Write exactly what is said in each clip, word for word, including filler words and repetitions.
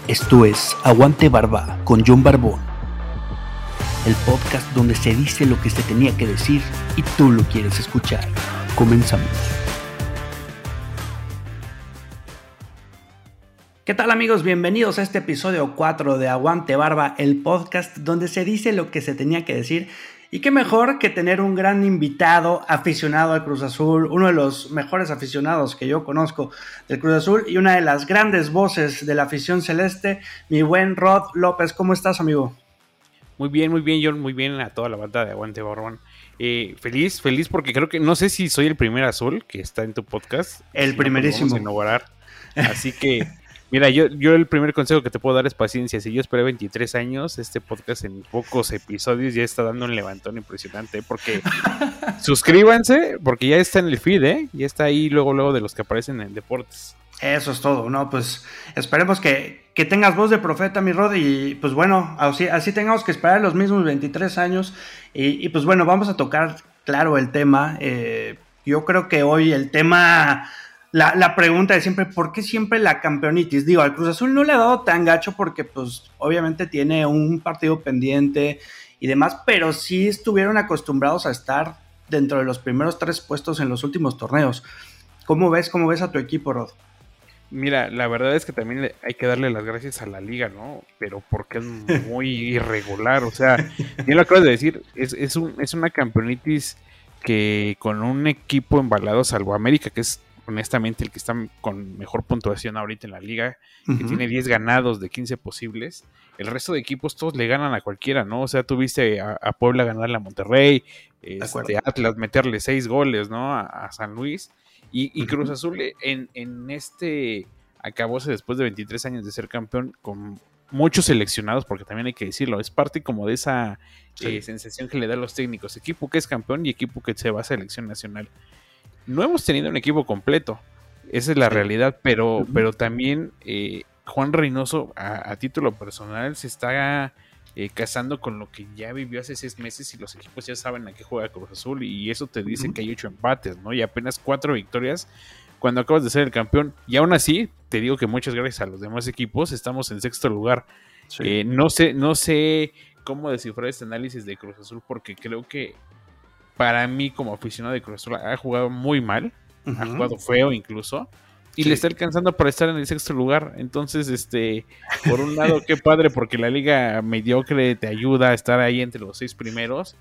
Esto es Aguante Barba con John Barbón, el podcast donde se dice lo que se tenía que decir y tú lo quieres escuchar. Comenzamos. ¿Qué tal, amigos? Bienvenidos a este episodio cuatro de Aguante Barba, el podcast donde se dice lo que se tenía que decir. Y qué mejor que tener un gran invitado aficionado al Cruz Azul, uno de los mejores aficionados que yo conozco del Cruz Azul y una de las grandes voces de la afición celeste, mi buen Rod López. ¿Cómo estás, amigo? Muy bien, muy bien, John, muy bien a toda la banda de Aguante Barbón. Eh, feliz, feliz porque creo que, no sé si soy el primer azul que está en tu podcast. El si primerísimo. No, pues vamos a inaugurar. Así que... Mira, yo, yo el primer consejo que te puedo dar es paciencia. Si yo esperé veintitrés años, este podcast en pocos episodios ya está dando un levantón impresionante. Porque suscríbanse, porque ya está en el feed, ¿eh? Ya está ahí luego, luego de los que aparecen en deportes. Eso es todo, ¿no? Pues esperemos que, que tengas voz de profeta, mi Rod, y pues bueno, así, así tengamos que esperar los mismos veintitrés años. Y, y pues bueno, vamos a tocar, claro, el tema. Eh, yo creo que hoy el tema... La, la pregunta de siempre, ¿por qué siempre la campeonitis? Digo, al Cruz Azul no le ha dado tan gacho porque, pues, obviamente tiene un partido pendiente y demás, pero sí estuvieron acostumbrados a estar dentro de los primeros tres puestos en los últimos torneos. ¿Cómo ves, cómo ves a tu equipo, Rod? Mira, la verdad es que también hay que darle las gracias a la liga, ¿no? Pero porque es muy irregular, o sea, bien lo acabas de decir, es, es, un, es una campeonitis que con un equipo embalado, salvo América, que es honestamente el que está con mejor puntuación ahorita en la liga, uh-huh. que tiene diez ganados de quince posibles, el resto de equipos todos le ganan a cualquiera, ¿no? O sea, tuviste a, a Puebla ganarle a Monterrey, este, Atlas meterle seis goles, ¿no? A, a San Luis, y, y uh-huh. Cruz Azul en, en este acabóse después de veintitrés años de ser campeón con muchos seleccionados, porque también hay que decirlo, es parte como de esa sí. eh, sensación que le da a los técnicos, equipo que es campeón y equipo que se va a selección nacional. No hemos tenido un equipo completo, esa es la sí. realidad, pero, uh-huh. pero también eh, Juan Reynoso, a, a título personal, se está eh, casando con lo que ya vivió hace seis meses y los equipos ya saben a qué juega Cruz Azul, y eso te dice uh-huh. que hay ocho empates, ¿no? Y apenas cuatro victorias cuando acabas de ser el campeón, y aún así, te digo que muchas gracias a los demás equipos, estamos en sexto lugar. Sí. Eh, no sé, no sé cómo descifrar este análisis de Cruz Azul, porque creo que para mí, como aficionado de Cruz Azul, ha jugado muy mal, uh-huh. ha jugado feo incluso, y sí. le está alcanzando para estar en el sexto lugar. Entonces, este, por un lado, qué padre, porque la liga mediocre te ayuda a estar ahí entre los seis primeros.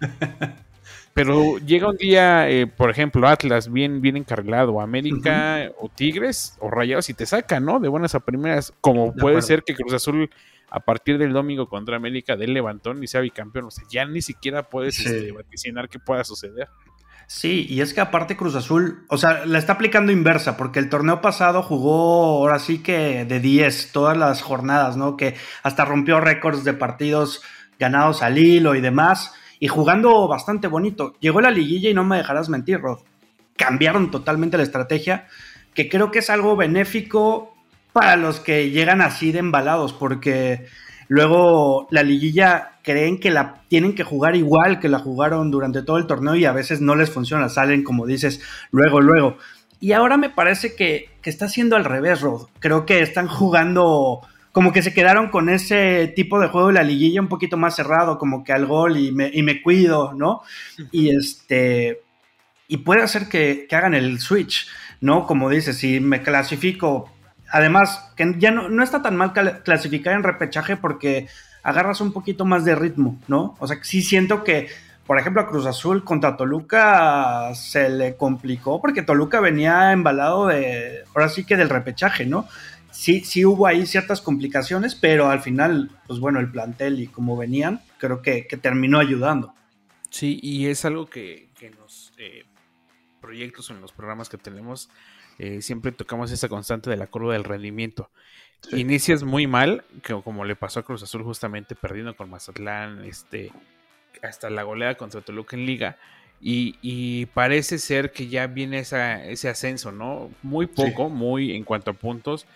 Pero llega un día, eh, por ejemplo, Atlas bien, bien encarrilado, América uh-huh. o Tigres o Rayados, y te sacan, ¿no? De buenas a primeras, como de puede acuerdo. Ser que Cruz Azul a partir del domingo contra América del levantón y sea bicampeón. O sea, ya ni siquiera puedes sí. este, vaticinar qué pueda suceder. Sí, y es que aparte Cruz Azul, o sea, la está aplicando inversa, porque el torneo pasado jugó ahora sí que de diez todas las jornadas, ¿no? Que hasta rompió récords de partidos ganados al hilo y demás, y jugando bastante bonito. Llegó la liguilla y no me dejarás mentir, Rod. Cambiaron totalmente la estrategia, que creo que es algo benéfico para los que llegan así de embalados, porque luego la liguilla creen que la tienen que jugar igual que la jugaron durante todo el torneo y a veces no les funciona, salen como dices, luego, luego. Y ahora me parece que, que está siendo al revés, Rod. Creo que están jugando, como que se quedaron con ese tipo de juego de la liguilla un poquito más cerrado, como que al gol y me, y me cuido, ¿no? Uh-huh. Y este... y puede hacer que, que hagan el switch, ¿no? Como dices, si me clasifico... Además, que ya no, no está tan mal clasificar en repechaje porque agarras un poquito más de ritmo, ¿no? O sea, sí siento que, por ejemplo, a Cruz Azul contra Toluca se le complicó porque Toluca venía embalado de, ahora sí que del repechaje, ¿no? Sí, sí hubo ahí ciertas complicaciones, pero al final, pues bueno, el plantel y como venían, creo que, que terminó ayudando. Sí, y es algo que, que en los eh, proyectos o en los programas que tenemos... Eh, siempre tocamos esa constante de la curva del rendimiento. Sí. Inicias muy mal, que, como le pasó a Cruz Azul justamente perdiendo con Mazatlán, este, hasta la goleada contra Toluca en Liga, y, y parece ser que ya viene esa, ese ascenso, ¿no? Muy poco, sí. muy en cuanto a puntos,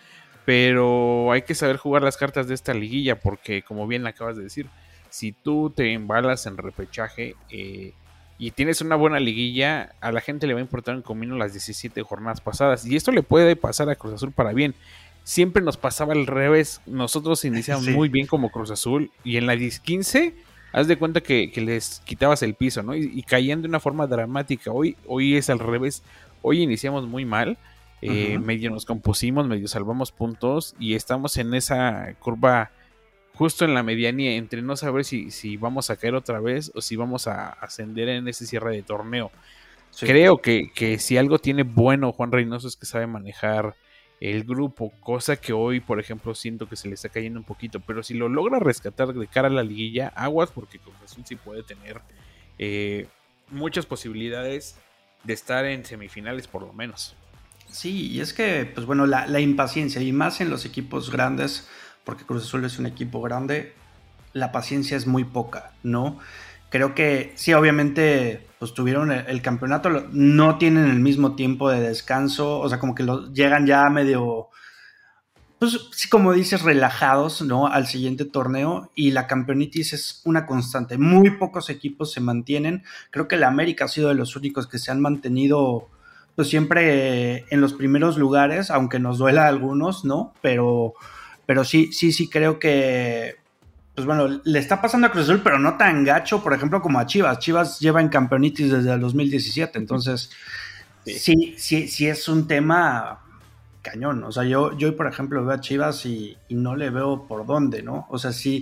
pero hay que saber jugar las cartas de esta liguilla, porque como bien acabas de decir, si tú te embalas en repechaje, eh, y tienes una buena liguilla, a la gente le va a importar un comino las diecisiete jornadas pasadas. Y esto le puede pasar a Cruz Azul para bien. siempre nos pasaba al revés. Nosotros iniciamos sí. muy bien como Cruz Azul y en la diez quince, haz de cuenta que, que les quitabas el piso, ¿no? Y, y caían de una forma dramática. Hoy, hoy es al revés. Hoy iniciamos muy mal. Eh, uh-huh. Medio nos compusimos, medio salvamos puntos y estamos en esa curva justo en la medianía entre no saber si, si vamos a caer otra vez o si vamos a ascender en ese cierre de torneo. Sí. Creo que, que si algo tiene bueno Juan Reynoso es que sabe manejar el grupo, cosa que hoy, por ejemplo, siento que se le está cayendo un poquito, pero si lo logra rescatar de cara a la liguilla, aguas, porque Cruz Azul sí puede tener eh, muchas posibilidades de estar en semifinales por lo menos. Sí, y es que, pues bueno, la, la impaciencia, y más en los equipos grandes, porque Cruz Azul es un equipo grande, la paciencia es muy poca, ¿no? Creo que sí, obviamente, pues tuvieron el, el campeonato, no tienen el mismo tiempo de descanso, o sea, como que lo, llegan ya medio, pues sí, como dices, relajados, ¿no? Al siguiente torneo, y la campeonitis es una constante. Muy pocos equipos se mantienen. Creo que el América ha sido de los únicos que se han mantenido pues siempre en los primeros lugares, aunque nos duela a algunos, ¿no? Pero, pero sí, sí, sí creo que, pues bueno, le está pasando a Cruz Azul, pero no tan gacho, por ejemplo, como a Chivas. Chivas lleva en campeonitis desde el dos mil diecisiete, entonces sí, sí, sí, sí es un tema cañón. O sea, yo, yo por ejemplo, veo a Chivas y, y no le veo por dónde, ¿no? O sea, sí,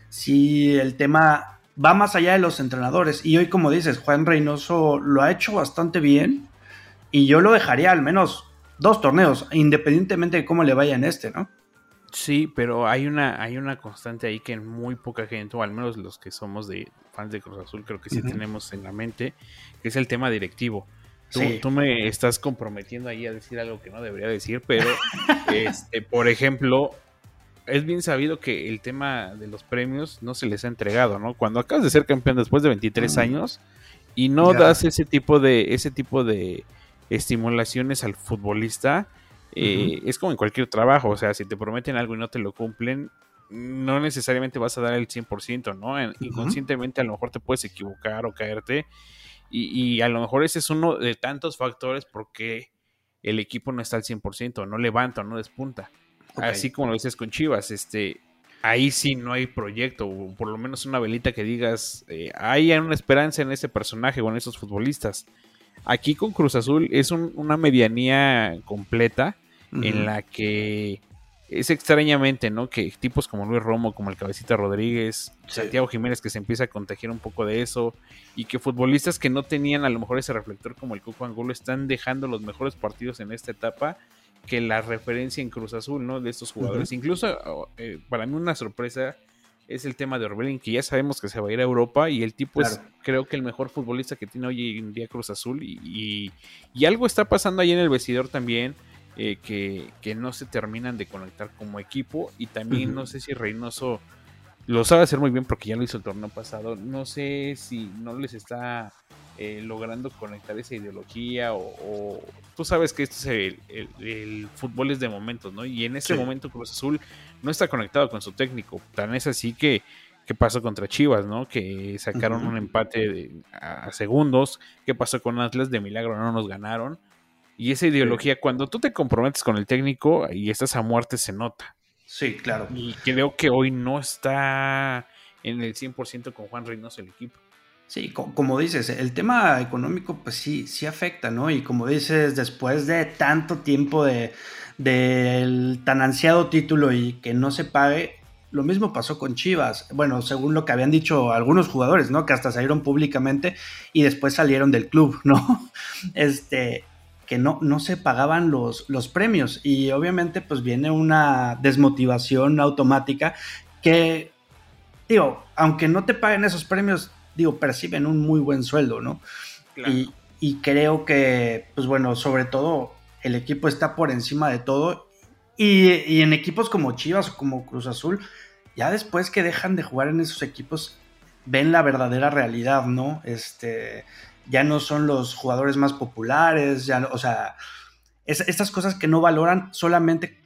sí el tema va más allá de los entrenadores. Y hoy, como dices, Juan Reynoso lo ha hecho bastante bien. Y yo lo dejaría al menos dos torneos, independientemente de cómo le vaya en este, ¿no? Sí, pero hay una, hay una constante ahí que muy poca gente, o al menos los que somos de fans de Cruz Azul, creo que sí uh-huh. tenemos en la mente, que es el tema directivo. Tú, sí. tú me estás comprometiendo ahí a decir algo que no debería decir, pero, este, por ejemplo, es bien sabido que el tema de los premios no se les ha entregado, ¿no? Cuando acabas de ser campeón después de veintitrés uh-huh. años y no yeah. das ese tipo de, ese tipo de estimulaciones al futbolista, eh, uh-huh. es como en cualquier trabajo, o sea, si te prometen algo y no te lo cumplen, no necesariamente vas a dar el cien por ciento, ¿no? Uh-huh. Inconscientemente a lo mejor te puedes equivocar o caerte, y, y a lo mejor ese es uno de tantos factores porque el equipo no está al cien por ciento, no levanta, no despunta. Okay. Así como lo dices con Chivas, este, ahí sí no hay proyecto, o por lo menos una velita que digas, eh, hay una esperanza en ese personaje o en esos futbolistas. Aquí con Cruz Azul es un, una medianía completa uh-huh. en la que es extrañamente, ¿no? Que tipos como Luis Romo, como el Cabecita Rodríguez, sí. Santiago Jiménez, que se empieza a contagiar un poco de eso, y que futbolistas que no tenían a lo mejor ese reflector como el Coco Angulo están dejando los mejores partidos en esta etapa, que la referencia en Cruz Azul, ¿no? De estos jugadores. Uh-huh. Incluso eh, para mí una sorpresa es el tema de Orbelín, que ya sabemos que se va a ir a Europa y el tipo claro. es creo que el mejor futbolista que tiene hoy en día Cruz Azul y, y, y algo está pasando ahí en el vestidor también, eh, que, que no se terminan de conectar como equipo, y también uh-huh. no sé si Reynoso lo sabe hacer muy bien porque ya lo hizo el torneo pasado, no sé si no les está eh, logrando conectar esa ideología o, o tú sabes que esto es el, el, el fútbol es de momentos, ¿no? Y en ese sí. momento Cruz Azul no está conectado con su técnico, tan es así que, que pasó contra Chivas, ¿no? Que sacaron uh-huh. un empate de, a, a segundos, ¿qué pasó con Atlas? De milagro no nos ganaron, y esa ideología, sí. cuando tú te comprometes con el técnico y estás a muerte, se nota. Sí, claro. Y creo que hoy no está en el cien por ciento con Juan Reynoso el equipo. Sí, como dices, el tema económico pues sí, sí afecta, ¿no? Y como dices, después de tanto tiempo de del tan ansiado título y que no se pague, lo mismo pasó con Chivas. Bueno, según lo que habían dicho algunos jugadores, ¿no? Que hasta salieron públicamente y después salieron del club, ¿no? Este, que no, no se pagaban los, los premios, y obviamente pues viene una desmotivación automática que, digo, aunque no te paguen esos premios, digo, perciben un muy buen sueldo, ¿no? Claro. Y, y creo que, pues bueno, sobre todo el equipo está por encima de todo, y, y en equipos como Chivas o como Cruz Azul, ya después que dejan de jugar en esos equipos, ven la verdadera realidad, ¿no? Este, ya no son los jugadores más populares, ya, o sea, es, estas cosas que no valoran, solamente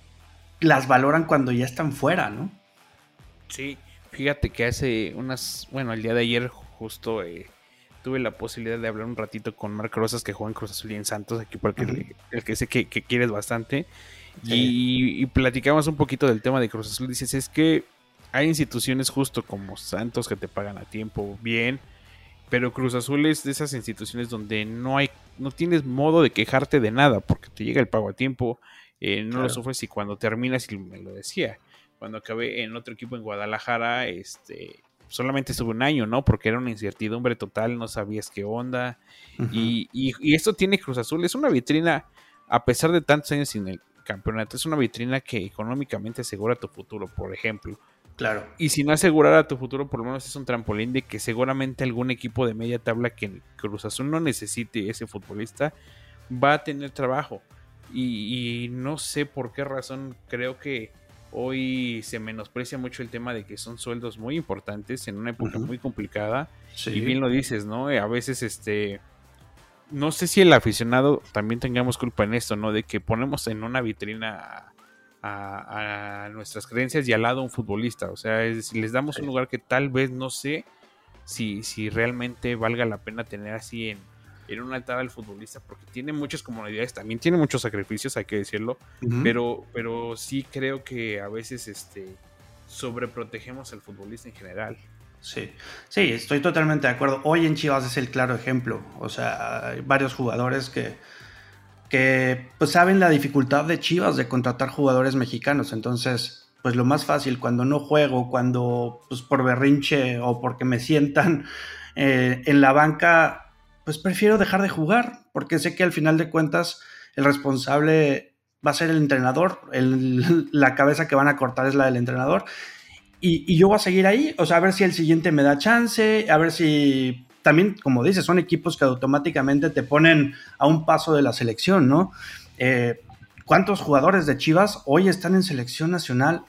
las valoran cuando ya están fuera, ¿no? Sí. Fíjate que hace unas, bueno, el día de ayer justo eh, tuve la posibilidad de hablar un ratito con Marc Rosas, que juega en Cruz Azul y en Santos, aquí porque uh-huh. el, el que sé que, que quieres bastante, sí. y, y platicamos un poquito del tema de Cruz Azul. Dices, es que hay instituciones justo como Santos que te pagan a tiempo bien, pero Cruz Azul es de esas instituciones donde no hay, no tienes modo de quejarte de nada, porque te llega el pago a tiempo, eh, no claro. lo sufres, y cuando terminas, y me lo decía, cuando acabé en otro equipo en Guadalajara, este, solamente estuve un año, ¿no? Porque era una incertidumbre total, no sabías qué onda, uh-huh. y, y, y esto tiene Cruz Azul, es una vitrina, a pesar de tantos años sin el campeonato, es una vitrina que económicamente asegura tu futuro, por ejemplo. Claro. Y si no asegurara tu futuro, por lo menos es un trampolín de que seguramente algún equipo de media tabla que Cruz Azul no necesite ese futbolista va a tener trabajo. Y, y no sé por qué razón, creo que hoy se menosprecia mucho el tema de que son sueldos muy importantes en una época uh-huh. muy complicada. Sí. Y bien lo dices, ¿no? A veces, este, no sé si el aficionado también tengamos culpa en esto, ¿no? De que ponemos en una vitrina A, a nuestras creencias y al lado un futbolista, o sea, es, les damos sí. un lugar que tal vez no sé si, si realmente valga la pena tener así en, en un altar al futbolista, porque tiene muchas comodidades, también tiene muchos sacrificios, hay que decirlo, uh-huh. pero, pero sí creo que a veces este, sobreprotegemos al futbolista en general. Sí, sí, estoy totalmente de acuerdo. Hoy en Chivas es el claro ejemplo, o sea, hay varios jugadores que que pues saben la dificultad de Chivas de contratar jugadores mexicanos, entonces pues lo más fácil cuando no juego, cuando pues por berrinche o porque me sientan eh, en la banca, pues prefiero dejar de jugar, porque sé que al final de cuentas el responsable va a ser el entrenador, el, la cabeza que van a cortar es la del entrenador, y, y yo voy a seguir ahí, o sea, a ver si el siguiente me da chance, a ver si... También, como dices, son equipos que automáticamente te ponen a un paso de la selección, ¿no? Eh, ¿Cuántos jugadores de Chivas hoy están en selección nacional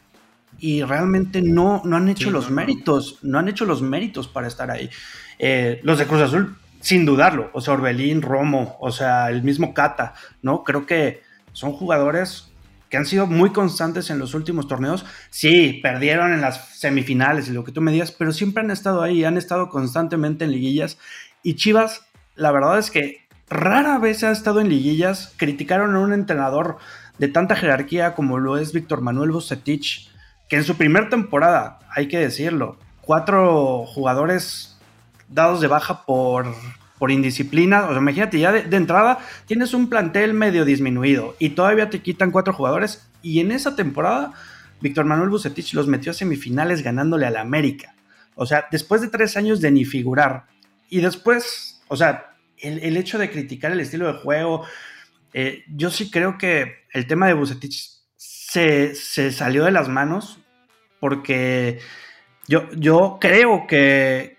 y realmente no, no han hecho sí, los no, méritos, no. no han hecho los méritos para estar ahí? Eh, los de Cruz Azul, sin dudarlo, o sea, Orbelín, Romo, o sea, el mismo Cata, ¿no? Creo que son jugadores que han sido muy constantes en los últimos torneos. Sí, perdieron en las semifinales y lo que tú me digas, pero siempre han estado ahí, han estado constantemente en liguillas. Y Chivas, la verdad es que rara vez ha estado en liguillas. Criticaron a un entrenador de tanta jerarquía como lo es Víctor Manuel Vucetich, que en su primer temporada, hay que decirlo, cuatro jugadores dados de baja por... por indisciplina, o sea, imagínate, ya de, de entrada tienes un plantel medio disminuido y todavía te quitan cuatro jugadores, y en esa temporada Víctor Manuel Vucetich los metió a semifinales ganándole al América, o sea, después de tres años de ni figurar, y después, o sea, el, el hecho de criticar el estilo de juego, eh, yo sí creo que el tema de Vucetich se, se salió de las manos, porque yo, yo creo que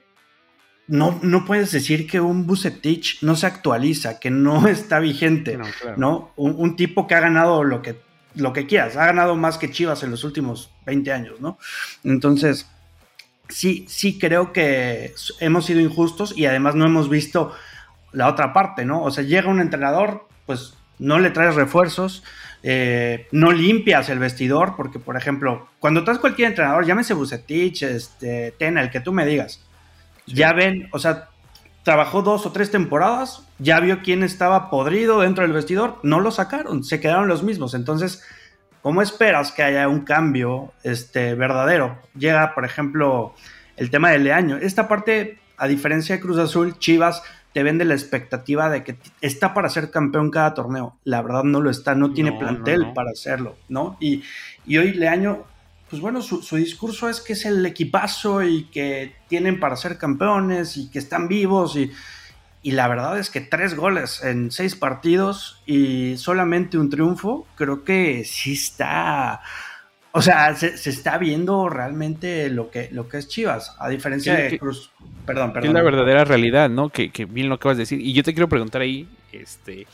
No, no puedes decir que un Vucetich no se actualiza, que no está vigente, no, claro. ¿no? Un, un tipo que ha ganado lo que, lo que quieras, ha ganado más que Chivas en los últimos veinte años, ¿no? Entonces, sí, sí creo que hemos sido injustos y además no hemos visto la otra parte, ¿no? O sea, llega un entrenador, pues no le traes refuerzos, eh, no limpias el vestidor, porque, por ejemplo, cuando traes cualquier entrenador, llámese Vucetich, este, Tena, el que tú me digas, sí. Ya ven, o sea, trabajó dos o tres temporadas, ya vio quién estaba podrido dentro del vestidor, no lo sacaron, se quedaron los mismos. Entonces, ¿cómo esperas que haya un cambio este, verdadero? Llega, por ejemplo, el tema de Leaño. Esta parte, a diferencia de Cruz Azul, Chivas te vende la expectativa de que está para ser campeón cada torneo. La verdad no lo está, no tiene no, plantel no, no. para hacerlo, ¿no? Y, y hoy Leaño... pues bueno, su, su discurso es que es el equipazo y que tienen para ser campeones y que están vivos y, y la verdad es que tres goles en seis partidos y solamente un triunfo, creo que sí está, o sea, se, se está viendo realmente lo que, lo que es Chivas, a diferencia sí, de Cruz, que, perdón, perdón. Es la verdadera realidad, ¿no? Que, que bien lo acabas de decir, y yo te quiero preguntar ahí, este...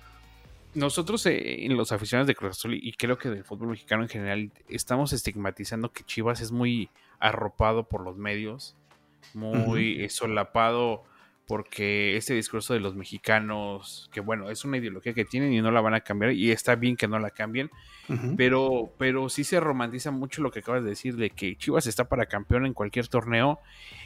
Nosotros eh, en los aficionados de Cruz Azul y creo que del fútbol mexicano en general estamos estigmatizando que Chivas es muy arropado por los medios, muy uh-huh. solapado porque este discurso de los mexicanos, que bueno, es una ideología que tienen y no la van a cambiar, y está bien que no la cambien, uh-huh. pero, pero sí se romantiza mucho lo que acabas de decir, de que Chivas está para campeón en cualquier torneo,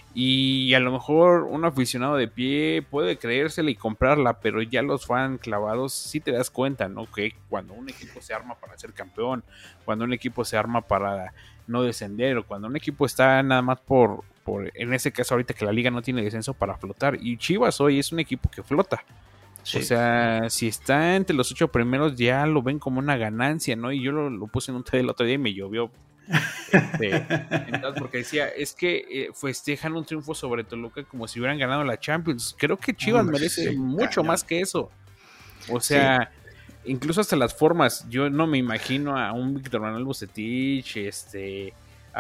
y a lo mejor un aficionado de pie puede creérsela y comprarla, pero ya los fan clavados sí te das cuenta, ¿no? Que cuando un equipo se arma para ser campeón, cuando un equipo se arma para no descender, o cuando un equipo está nada más por, por en ese caso ahorita que la liga no tiene descenso, para flotar, y Chivas hoy es un equipo que flota. Sí. O sea, si está entre los ocho primeros ya lo ven como una ganancia, ¿no? Y yo lo, lo puse en un T V el otro día y me llovió. Este, entonces, porque decía, es que eh, festejan un triunfo sobre Toluca como si hubieran ganado la Champions. Creo que Chivas oh, merece sí, mucho cañón. Más que eso. O sea, sí. Incluso hasta las formas. Yo no me imagino a un Víctor Manuel Bucetich, este,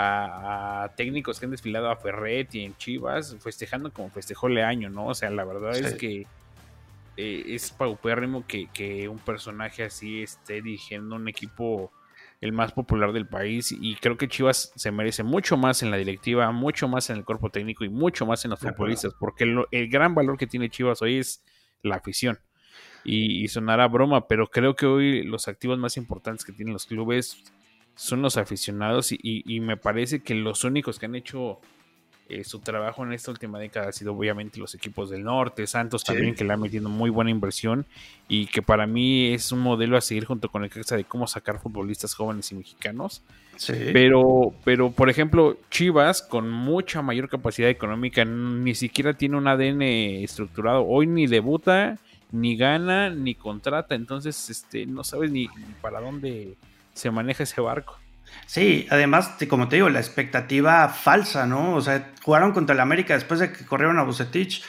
a, a técnicos que han desfilado a Ferretti en Chivas festejando como festejó Leaño, ¿no? O sea, la verdad sí. es que eh, es paupérrimo que, que un personaje así esté dirigiendo un equipo el más popular del país, y creo que Chivas se merece mucho más en la directiva, mucho más en el cuerpo técnico y mucho más en los futbolistas, porque el, el gran valor que tiene Chivas hoy es la afición, y, y sonará broma, pero creo que hoy los activos más importantes que tienen los clubes son los aficionados, y, y, y me parece que los únicos que han hecho eh, su trabajo en esta última década ha sido obviamente los equipos del norte, Santos sí. también, que le ha metido muy buena inversión, y que para mí es un modelo a seguir junto con el Necaxa de cómo sacar futbolistas jóvenes y mexicanos. Sí. Pero, pero, por ejemplo, Chivas, con mucha mayor capacidad económica, ni siquiera tiene un A D N estructurado. Hoy ni debuta, ni gana, ni contrata. Entonces, este, no sabes ni, ni para dónde se maneja ese barco. Sí, además, como te digo, la expectativa falsa, ¿no? O sea, jugaron contra el América después de que corrieron a Bucetich,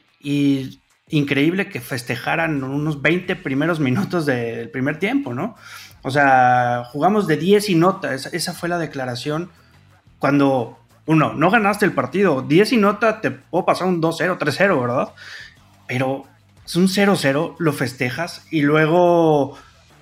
y increíble que festejaran unos veinte primeros minutos del primer tiempo, ¿no? O sea, jugamos de diez y nota, esa, esa fue la declaración. Cuando, uno, no ganaste el partido, diez y nota, te puedo pasar un dos cero, tres cero, ¿verdad? Pero es un cero cero, lo festejas, y luego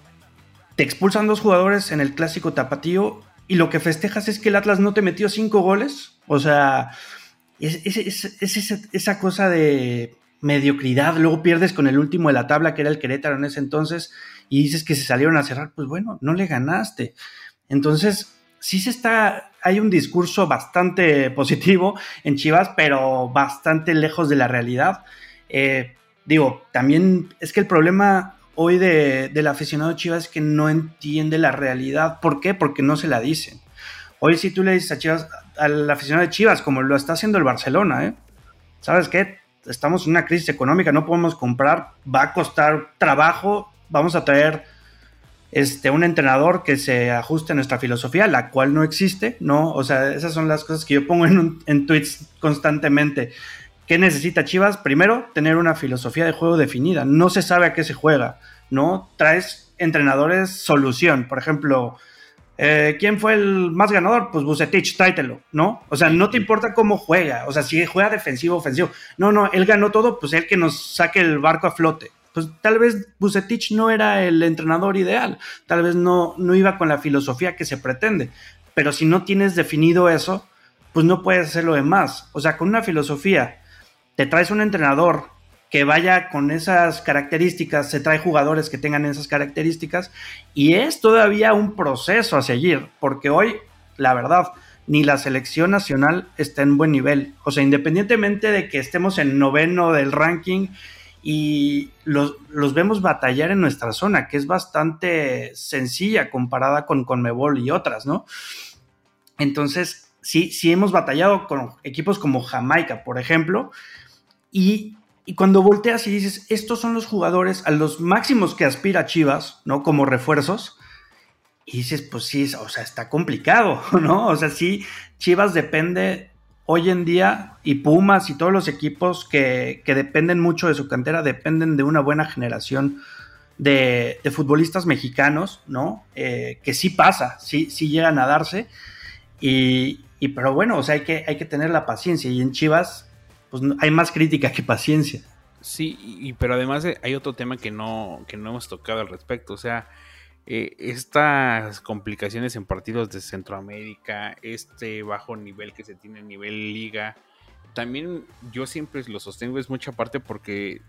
te expulsan dos jugadores en el clásico tapatío, y lo que festejas es que el Atlas no te metió cinco goles. O sea, es, es, es, es esa, esa cosa de mediocridad. Luego pierdes con el último de la tabla, que era el Querétaro en ese entonces, y dices que se salieron a cerrar. Pues bueno, no le ganaste. Entonces, sí se está, hay un discurso bastante positivo en Chivas, pero bastante lejos de la realidad. Eh, digo, también es que el problema hoy de, del aficionado de Chivas es que no entiende la realidad. ¿Por qué? Porque no se la dicen. Hoy si tú le dices a Chivas, al aficionado de Chivas, como lo está haciendo el Barcelona, ¿eh? ¿Sabes qué? Estamos en una crisis económica, no podemos comprar, va a costar trabajo, vamos a traer este, un entrenador que se ajuste a nuestra filosofía, la cual no existe, ¿no? O sea, esas son las cosas que yo pongo en, un, en tweets constantemente. ¿Qué necesita Chivas? Primero, tener una filosofía de juego definida. No se sabe a qué se juega, ¿no? Traes entrenadores solución. Por ejemplo, eh, ¿quién fue el más ganador? Pues Bucetich, tráetelo, ¿no? O sea, no te importa cómo juega. O sea, si juega defensivo, ofensivo. No, no, él ganó todo, pues él que nos saque el barco a flote. Pues tal vez Bucetich no era el entrenador ideal. Tal vez no, no iba con la filosofía que se pretende. Pero si no tienes definido eso, pues no puedes hacer lo demás. O sea, con una filosofía te traes un entrenador que vaya con esas características, se trae jugadores que tengan esas características, y es todavía un proceso a seguir, porque hoy, la verdad, ni la selección nacional está en buen nivel. O sea, independientemente de que estemos en noveno del ranking y los, los vemos batallar en nuestra zona, que es bastante sencilla comparada con Conmebol y otras, ¿no? Entonces, sí, sí hemos batallado con equipos como Jamaica, por ejemplo, y, y cuando volteas y dices, estos son los jugadores a los máximos que aspira Chivas, ¿no? Como refuerzos, y dices, pues sí, o sea, está complicado, ¿no? O sea, sí, Chivas depende hoy en día, y Pumas y todos los equipos que, que dependen mucho de su cantera, dependen de una buena generación de, de futbolistas mexicanos, ¿no? Eh, que sí pasa, sí, sí llegan a darse, y, y pero bueno, o sea, hay que, hay que tener la paciencia, y en Chivas pues hay más crítica que paciencia. Sí, y, pero además hay otro tema que no, que no hemos tocado al respecto, o sea, eh, estas complicaciones en partidos de Centroamérica, este bajo nivel que se tiene a nivel liga, también yo siempre lo sostengo, es mucha parte porque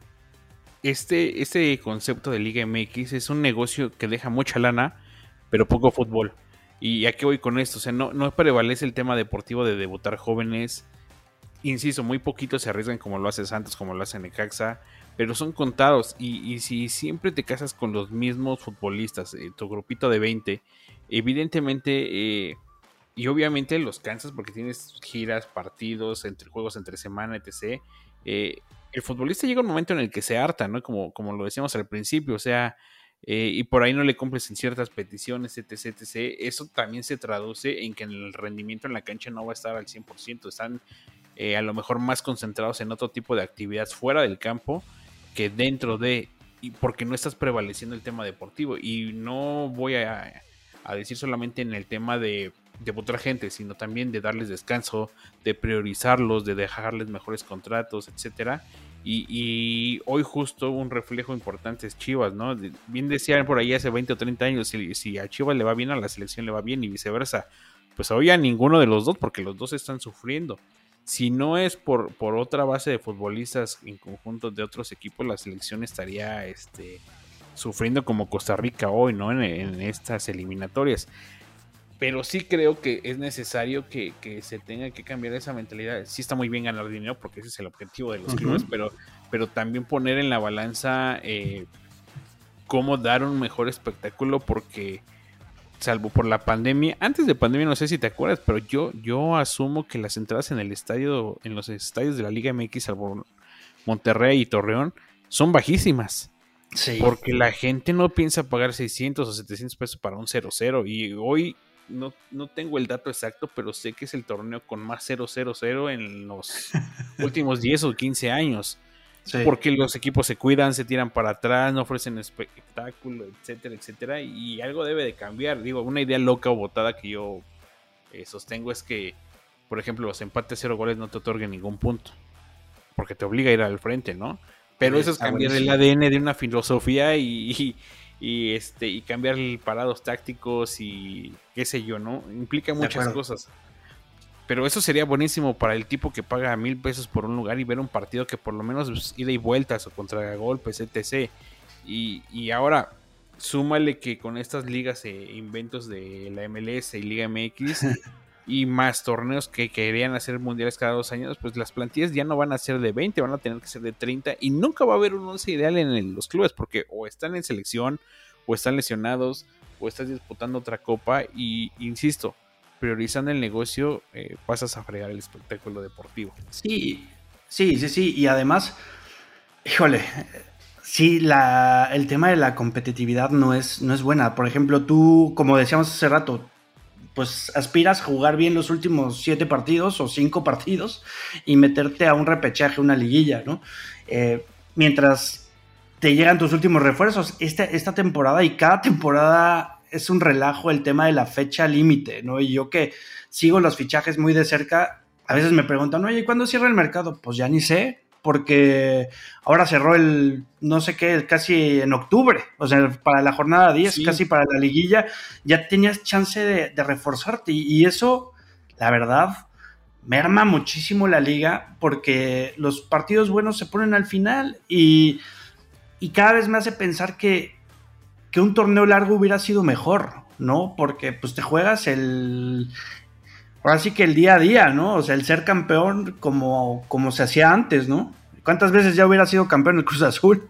este, este concepto de Liga M X es un negocio que deja mucha lana, pero poco fútbol. ¿Y a qué voy con esto? O sea, no, no prevalece el tema deportivo de debutar jóvenes. Insisto, muy poquitos se arriesgan como lo hace Santos, como lo hace Necaxa, pero son contados. Y, y si siempre te casas con los mismos futbolistas, eh, tu grupito de veinte, evidentemente, eh, y obviamente los cansas porque tienes giras, partidos, entre juegos entre semana, etcétera. Eh, el futbolista llega un momento en el que se harta, ¿no? Como, como lo decíamos al principio, o sea, eh, y por ahí no le cumples en ciertas peticiones, etcétera, etcétera. Eso también se traduce en que el rendimiento en la cancha no va a estar al cien por ciento. Están eh, a lo mejor más concentrados en otro tipo de actividades fuera del campo que dentro de, y porque no estás prevaleciendo el tema deportivo. Y no voy a, a decir solamente en el tema de debutar gente, sino también de darles descanso, de priorizarlos, de dejarles mejores contratos, etcétera. Y, y hoy justo un reflejo importante es Chivas, ¿no? Bien decían por ahí hace veinte o treinta años, si, si a Chivas le va bien, a la selección le va bien y viceversa. Pues hoy a ninguno de los dos, porque los dos están sufriendo. Si no es por, por otra base de futbolistas en conjunto de otros equipos, la selección estaría este, sufriendo como Costa Rica hoy, ¿no? En, en estas eliminatorias. Pero sí creo que es necesario que, que se tenga que cambiar esa mentalidad. Sí está muy bien ganar dinero porque ese es el objetivo de los uh-huh. clubes, pero, pero también poner en la balanza eh, cómo dar un mejor espectáculo porque, salvo por la pandemia, antes de pandemia no sé si te acuerdas, pero yo, yo asumo que las entradas en el estadio, en los estadios de la Liga M X, salvo Monterrey y Torreón, son bajísimas. Sí. Porque la gente no piensa pagar seiscientos o setecientos pesos para un cero cero y hoy No, no tengo el dato exacto, pero sé que es el torneo con más cero cero cero en los últimos diez o quince años. Sí. Porque los equipos se cuidan, se tiran para atrás, no ofrecen espectáculo, etcétera, etcétera. Y algo debe de cambiar. Digo, una idea loca o botada que yo eh, sostengo es que, por ejemplo, los empates cero goles no te otorguen ningún punto. Porque te obliga a ir al frente, ¿no? Pero sí, eso es cambiar buenísimo. El A D N de una filosofía y... y Y este y cambiar parados tácticos y qué sé yo, ¿no? Implica muchas cosas. Pero eso sería buenísimo para el tipo que paga mil pesos por un lugar y ver un partido que por lo menos pues, ida y vueltas o contragolpes, etcétera. Y, y ahora, súmale que con estas ligas e eh, inventos de la M L S y Liga M X y más torneos que querían hacer mundiales cada dos años, pues las plantillas ya no van a ser de veinte, van a tener que ser de treinta y nunca va a haber un once ideal en el, los clubes porque o están en selección o están lesionados o estás disputando otra copa y, insisto, priorizando el negocio eh, pasas a fregar el espectáculo deportivo. Sí, sí, sí, sí, y además, híjole, sí, la, el tema de la competitividad no es, no es buena. Por ejemplo, tú, como decíamos hace rato, pues aspiras a jugar bien los últimos siete partidos o cinco partidos y meterte a un repechaje, una liguilla, ¿no? Eh, mientras te llegan tus últimos refuerzos, esta, esta temporada y cada temporada es un relajo el tema de la fecha límite, ¿no? Y yo que sigo los fichajes muy de cerca, a veces me preguntan, oye, ¿cuándo cierra el mercado? Pues ya ni sé, porque ahora cerró el, no sé qué, casi en octubre, o sea, para la jornada diez, sí. Casi para la liguilla, ya tenías chance de, de reforzarte, y, y eso, la verdad, merma muchísimo la liga, porque los partidos buenos se ponen al final, y, y cada vez me hace pensar que, que un torneo largo hubiera sido mejor, ¿no? Porque pues te juegas el... Ahora sí que el día a día, ¿no? O sea, el ser campeón como, como se hacía antes, ¿no? ¿Cuántas veces ya hubiera sido campeón el Cruz Azul?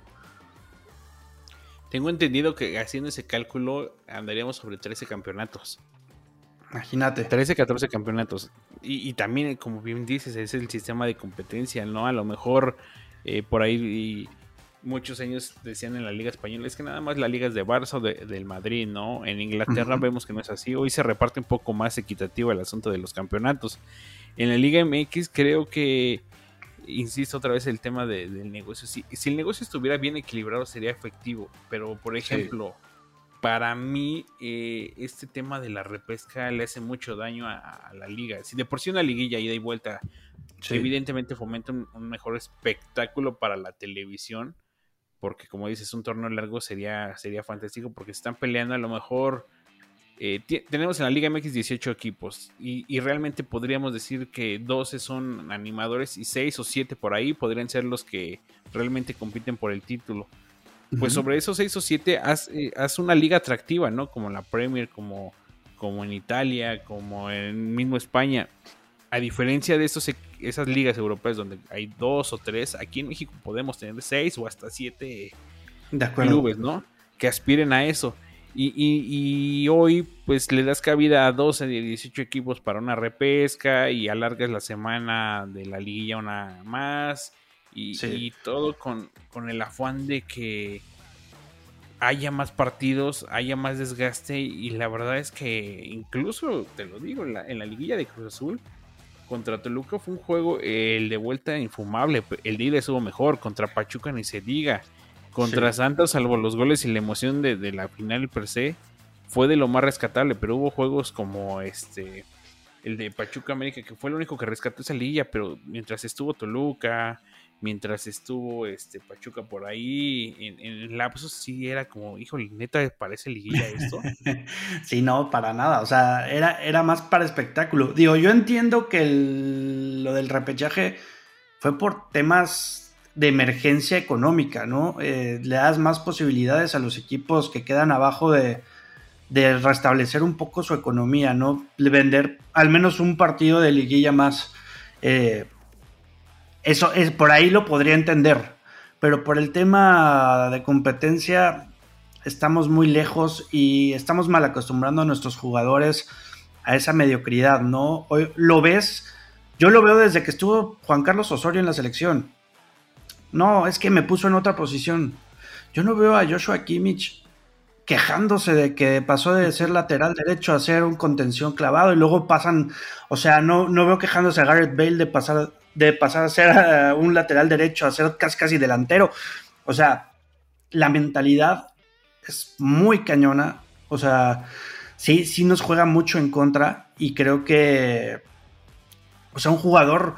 Tengo entendido que haciendo ese cálculo andaríamos sobre trece campeonatos. Imagínate. trece, catorce campeonatos. Y, y también, como bien dices, es el sistema de competencia, ¿no? A lo mejor eh, por ahí... Y, muchos años decían en la Liga Española, es que nada más la Liga es de Barça o de, del Madrid, ¿no? En Inglaterra uh-huh. vemos que no es así. Hoy se reparte un poco más equitativo el asunto de los campeonatos. En la Liga M X creo que, insisto otra vez el tema de, del negocio. Si, si el negocio estuviera bien equilibrado sería efectivo, pero por ejemplo, sí. para mí eh, este tema de la repesca le hace mucho daño a, a la liga. Si de por sí una liguilla ida y vuelta sí. evidentemente fomenta un, un mejor espectáculo para la televisión, porque como dices, un torneo largo sería, sería fantástico porque se están peleando a lo mejor eh, t- tenemos en la Liga M X dieciocho equipos y, y realmente podríamos decir que doce son animadores y seis o siete por ahí podrían ser los que realmente compiten por el título. Pues Ujú. sobre esos seis o siete haz, eh, haz una liga atractiva, ¿no? Como la Premier, como, como en Italia, como en mismo España. A diferencia de esos, esas ligas europeas donde hay dos o tres, aquí en México podemos tener seis o hasta siete De acuerdo. clubes, ¿no? Que aspiren a eso. Y, y, y hoy, pues le das cabida a doce de dieciocho equipos para una repesca y alargas la semana de la liguilla una más. Y, Sí. y todo con, con el afán de que haya más partidos, haya más desgaste. Y la verdad es que, incluso te lo digo, en la, en la liguilla de Cruz Azul contra Toluca fue un juego, el de vuelta infumable. El de ida estuvo mejor, contra Pachuca ni se diga. Contra Sí. Santos, salvo los goles y la emoción de, de la final per se, fue de lo más rescatable. Pero hubo juegos como este, el de Pachuca América, que fue el único que rescató esa liguilla. Pero mientras estuvo Toluca, mientras estuvo este Pachuca por ahí, en, en lapsos sí era como, híjole, neta, parece liguilla esto. Sí, no, para nada. O sea, era, era más para espectáculo. Digo, yo entiendo que el- lo del repechaje fue por temas de emergencia económica, ¿no? Eh, le das más posibilidades a los equipos que quedan abajo de, de restablecer un poco su economía, ¿no? De vender al menos un partido de liguilla más. Eh, eso es, por ahí lo podría entender. Pero por el tema de competencia, estamos muy lejos y estamos mal acostumbrando a nuestros jugadores a esa mediocridad, ¿no? Hoy lo ves, yo lo veo desde que estuvo Juan Carlos Osorio en la selección. No, es que me puso en otra posición. Yo no veo a Joshua Kimmich quejándose de que pasó de ser lateral derecho a ser un contención clavado y luego pasan, o sea, no, no veo quejándose a Gareth Bale de pasar, de pasar a ser uh, un lateral derecho a ser casi, casi delantero. O sea, la mentalidad es muy cañona. O sea, sí, sí nos juega mucho en contra y creo que, o sea, un jugador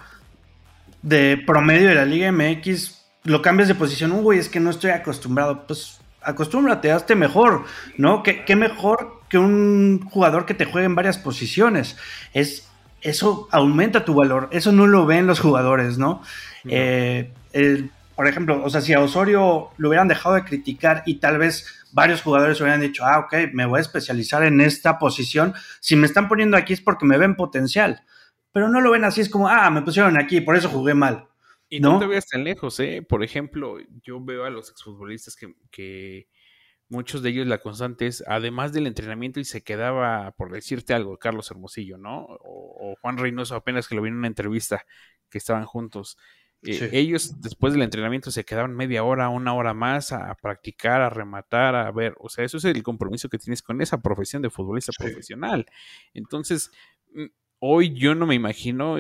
de promedio de la Liga M X lo cambias de posición, un güey, es que no estoy acostumbrado, pues acostúmbrate, hazte mejor, ¿no? ¿Qué, qué mejor que un jugador que te juegue en varias posiciones? Es, eso aumenta tu valor, eso no lo ven los jugadores, ¿no? No. Eh, el, por ejemplo, o sea, si a Osorio lo hubieran dejado de criticar y tal vez varios jugadores hubieran dicho, ah, ok, me voy a especializar en esta posición, si me están poniendo aquí es porque me ven potencial, pero no lo ven así, es como, ah, me pusieron aquí, por eso jugué mal, Y no te ¿no? veas tan lejos, ¿eh? Por ejemplo, yo veo a los exfutbolistas que, que muchos de ellos la constante es, además del entrenamiento, y se quedaba, por decirte algo, Carlos Hermosillo, ¿no? O, o Juan Reynoso, apenas que lo vi en una entrevista, que estaban juntos. Eh, Sí. ellos, después del entrenamiento, se quedaban media hora, una hora más a, a practicar, a rematar, a ver. O sea, eso es el compromiso que tienes con esa profesión de futbolista Sí. profesional. Entonces, mm, hoy yo no me imagino.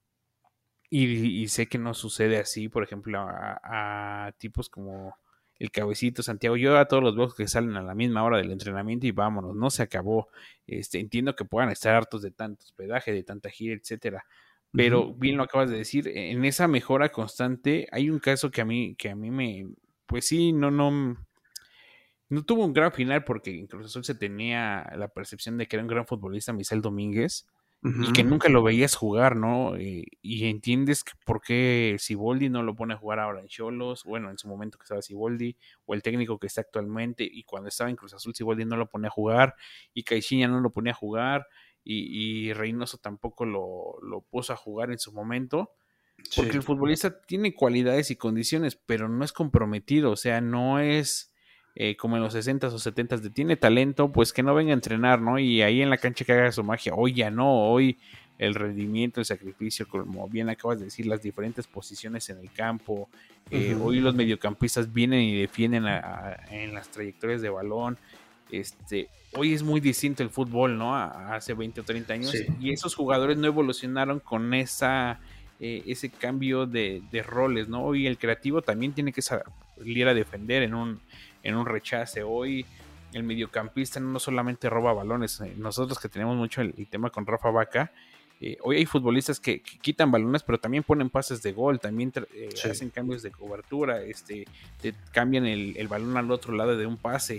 Y, y sé que no sucede así, por ejemplo, a, a tipos como el Cabecito Santiago. Yo a todos los veo que salen a la misma hora del entrenamiento y vámonos, no se acabó. Este, entiendo que puedan estar hartos de tanto hospedaje, de tanta gira, etcétera. Uh-huh. Pero bien lo acabas de decir, en esa mejora constante hay un caso que a mí, que a mí me, pues sí, no, no, no tuvo un gran final porque en Cruz Azul se tenía la percepción de que era un gran futbolista, Misael Domínguez, y que Uh-huh. nunca lo veías jugar, ¿no? Eh, y entiendes que por qué Siboldi no lo pone a jugar ahora en Xolos, bueno, en su momento que estaba Siboldi, o el técnico que está actualmente, y cuando estaba en Cruz Azul Siboldi no lo ponía a jugar, y Caixinha no lo ponía a jugar, y, y Reynoso tampoco lo, lo puso a jugar en su momento, porque el Sí. futbolista tiene cualidades y condiciones, pero no es comprometido, o sea, no es eh, como en los sesentas o setentas de tiene talento, pues que no venga a entrenar, ¿no? Y ahí en la cancha que haga su magia. Hoy ya no, hoy el rendimiento, el sacrificio, como bien acabas de decir, las diferentes posiciones en el campo. Eh, Uh-huh. hoy los mediocampistas vienen y defienden a, a, en las trayectorias de balón. Este, hoy es muy distinto el fútbol, ¿no? A, a hace veinte o treinta años. Sí. Y esos jugadores no evolucionaron con esa eh, ese cambio de, de roles, ¿no? Hoy el creativo también tiene que salir a defender en un, en un rechace. Hoy el mediocampista no solamente roba balones, eh, nosotros que tenemos mucho el, el tema con Rafa Vaca, eh, hoy hay futbolistas que, que quitan balones, pero también ponen pases de gol, también eh, Sí. hacen cambios de cobertura, este, te cambian el, el balón al otro lado de un pase.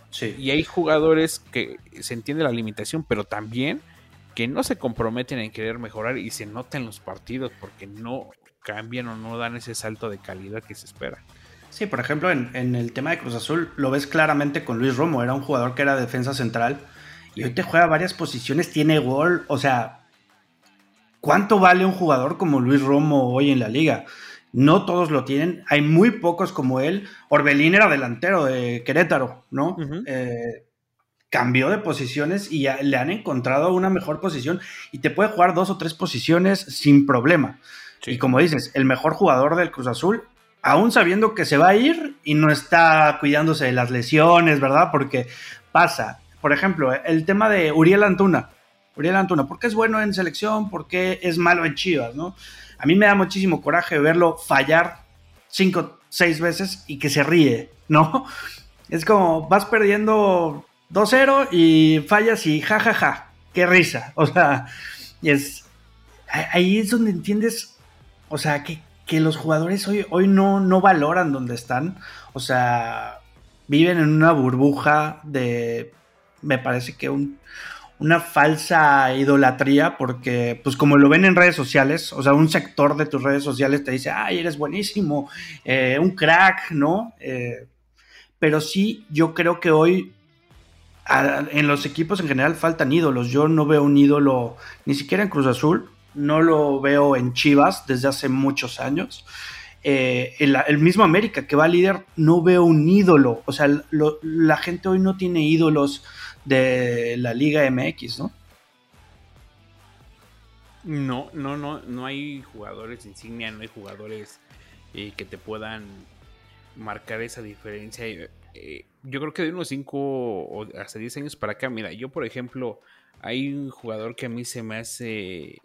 Sí. Y hay jugadores que se entiende la limitación, pero también que no se comprometen en querer mejorar y se nota en los partidos porque no cambian o no dan ese salto de calidad que se espera. Sí, por ejemplo, en, en el tema de Cruz Azul lo ves claramente con Luis Romo, era un jugador que era defensa central y hoy te juega varias posiciones, tiene gol, o sea, ¿cuánto vale un jugador como Luis Romo hoy en la liga? No todos lo tienen, hay muy pocos como él. Orbelín era delantero de Querétaro, ¿no? Uh-huh. Eh, cambió de posiciones y ya le han encontrado una mejor posición y te puede jugar dos o tres posiciones sin problema. Sí. Y como dices, el mejor jugador del Cruz Azul, aún sabiendo que se va a ir y no está cuidándose de las lesiones, ¿verdad? Porque pasa, por ejemplo, el tema de Uriel Antuna. Uriel Antuna, ¿por qué es bueno en selección? ¿Por qué es malo en Chivas, no? A mí me da muchísimo coraje verlo fallar cinco, seis veces y que se ríe, ¿no? Es como, vas perdiendo dos cero y fallas y jajaja, ja, ja, qué risa. O sea, y es, ahí es donde entiendes, o sea, que, que los jugadores hoy, hoy no, no valoran donde están. O sea, viven en una burbuja de, me parece que un... una falsa idolatría, porque pues como lo ven en redes sociales, o sea, un sector de tus redes sociales te dice, ay, eres buenísimo, eh, un crack, ¿no? Eh, pero sí, yo creo que hoy a, en los equipos en general faltan ídolos. Yo no veo un ídolo, ni siquiera en Cruz Azul, no lo veo en Chivas desde hace muchos años. Eh, el, el mismo América, que va líder, no veo un ídolo. O sea, lo, la gente hoy no tiene ídolos de la Liga M X, ¿no? No, no, no, no hay jugadores insignia, no hay jugadores eh, que te puedan marcar esa diferencia. Eh, yo creo que de unos cinco o hasta diez años para acá, mira, yo por ejemplo, hay un jugador que a mí se me hace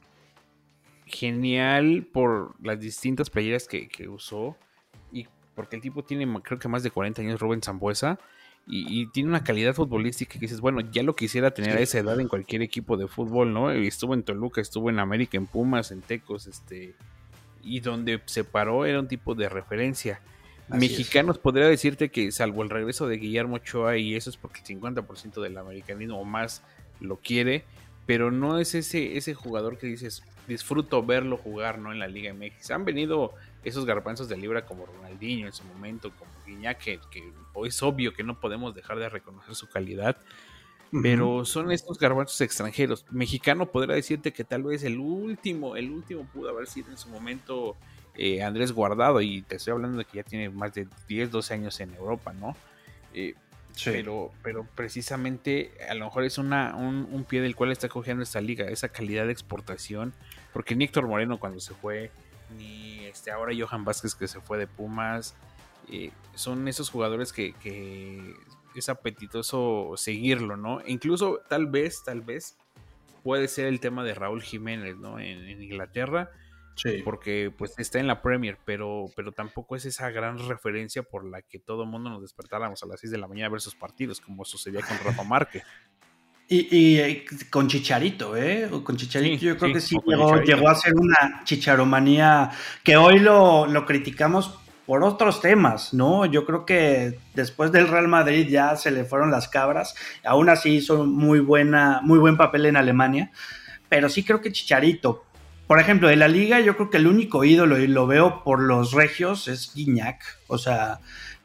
genial por las distintas playeras que, que usó y porque el tipo tiene creo que más de cuarenta años, Rubén Sambueza. Y, y tiene una calidad futbolística que dices, bueno, ya lo quisiera tener sí. a esa edad en cualquier equipo de fútbol, ¿no? Estuvo en Toluca, estuvo en América, en Pumas, en Tecos, este, y donde se paró era un tipo de referencia. Así Mexicanos es. Podría decirte que salvo el regreso de Guillermo Ochoa, y eso es porque el cincuenta por ciento del americanismo o más lo quiere, pero no es ese, ese jugador que dices, disfruto verlo jugar, ¿no? En la Liga M X. Han venido esos garbanzos de libra como Ronaldinho en su momento, como Guiñac, que, que es obvio que no podemos dejar de reconocer su calidad, uh-huh. pero son estos garbanzos extranjeros. Mexicano podría decirte que tal vez el último, el último pudo haber sido en su momento eh, Andrés Guardado, y te estoy hablando de que ya tiene más de diez, doce años en Europa, ¿no? Eh, sí. pero, pero precisamente a lo mejor es una, un, un pie del cual está cogiendo esta liga, esa calidad de exportación, porque ni Héctor Moreno cuando se fue, ni este ahora Johan Vázquez que se fue de Pumas, eh, son esos jugadores que, que es apetitoso seguirlo, ¿no? E incluso tal vez, tal vez puede ser el tema de Raúl Jiménez, ¿no? En, en Inglaterra, sí. porque pues está en la Premier, pero, pero tampoco es esa gran referencia por la que todo el mundo nos despertáramos a las seis de la mañana a ver sus partidos, como sucedía con Rafa Márquez. Y, y con Chicharito, ¿eh? Con Chicharito sí, yo creo sí, que sí llegó, llegó a ser una chicharomanía que hoy lo, lo criticamos por otros temas, ¿no? Yo creo que después del Real Madrid ya se le fueron las cabras. Aún así hizo muy, buena, muy buen papel en Alemania. Pero sí creo que Chicharito, por ejemplo, de la Liga, yo creo que el único ídolo, y lo veo por los regios, es Guiñac. O sea,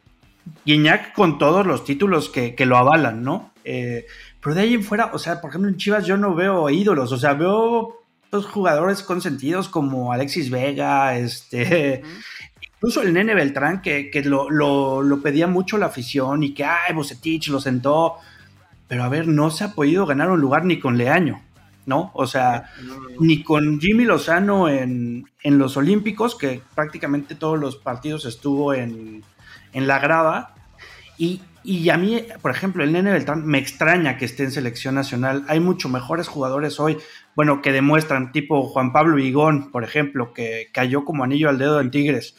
Guiñac con todos los títulos que, que lo avalan, ¿no? Eh, pero de ahí en fuera, o sea, por ejemplo, en Chivas yo no veo ídolos, o sea, veo pues, jugadores consentidos como Alexis Vega, este, uh-huh. incluso el Nene Beltrán, que, que lo, lo, lo pedía mucho la afición y que, ay, Bucetich lo sentó, pero a ver, no se ha podido ganar un lugar ni con Leaño, ¿no? O sea, no, no, no. ni con Jimmy Lozano en, en los Olímpicos, que prácticamente todos los partidos estuvo en, en la grada, y Y a mí, por ejemplo, el Nene Beltrán me extraña que esté en selección nacional. Hay mucho mejores jugadores hoy, bueno, que demuestran, tipo Juan Pablo Vigón, por ejemplo, que cayó como anillo al dedo en Tigres,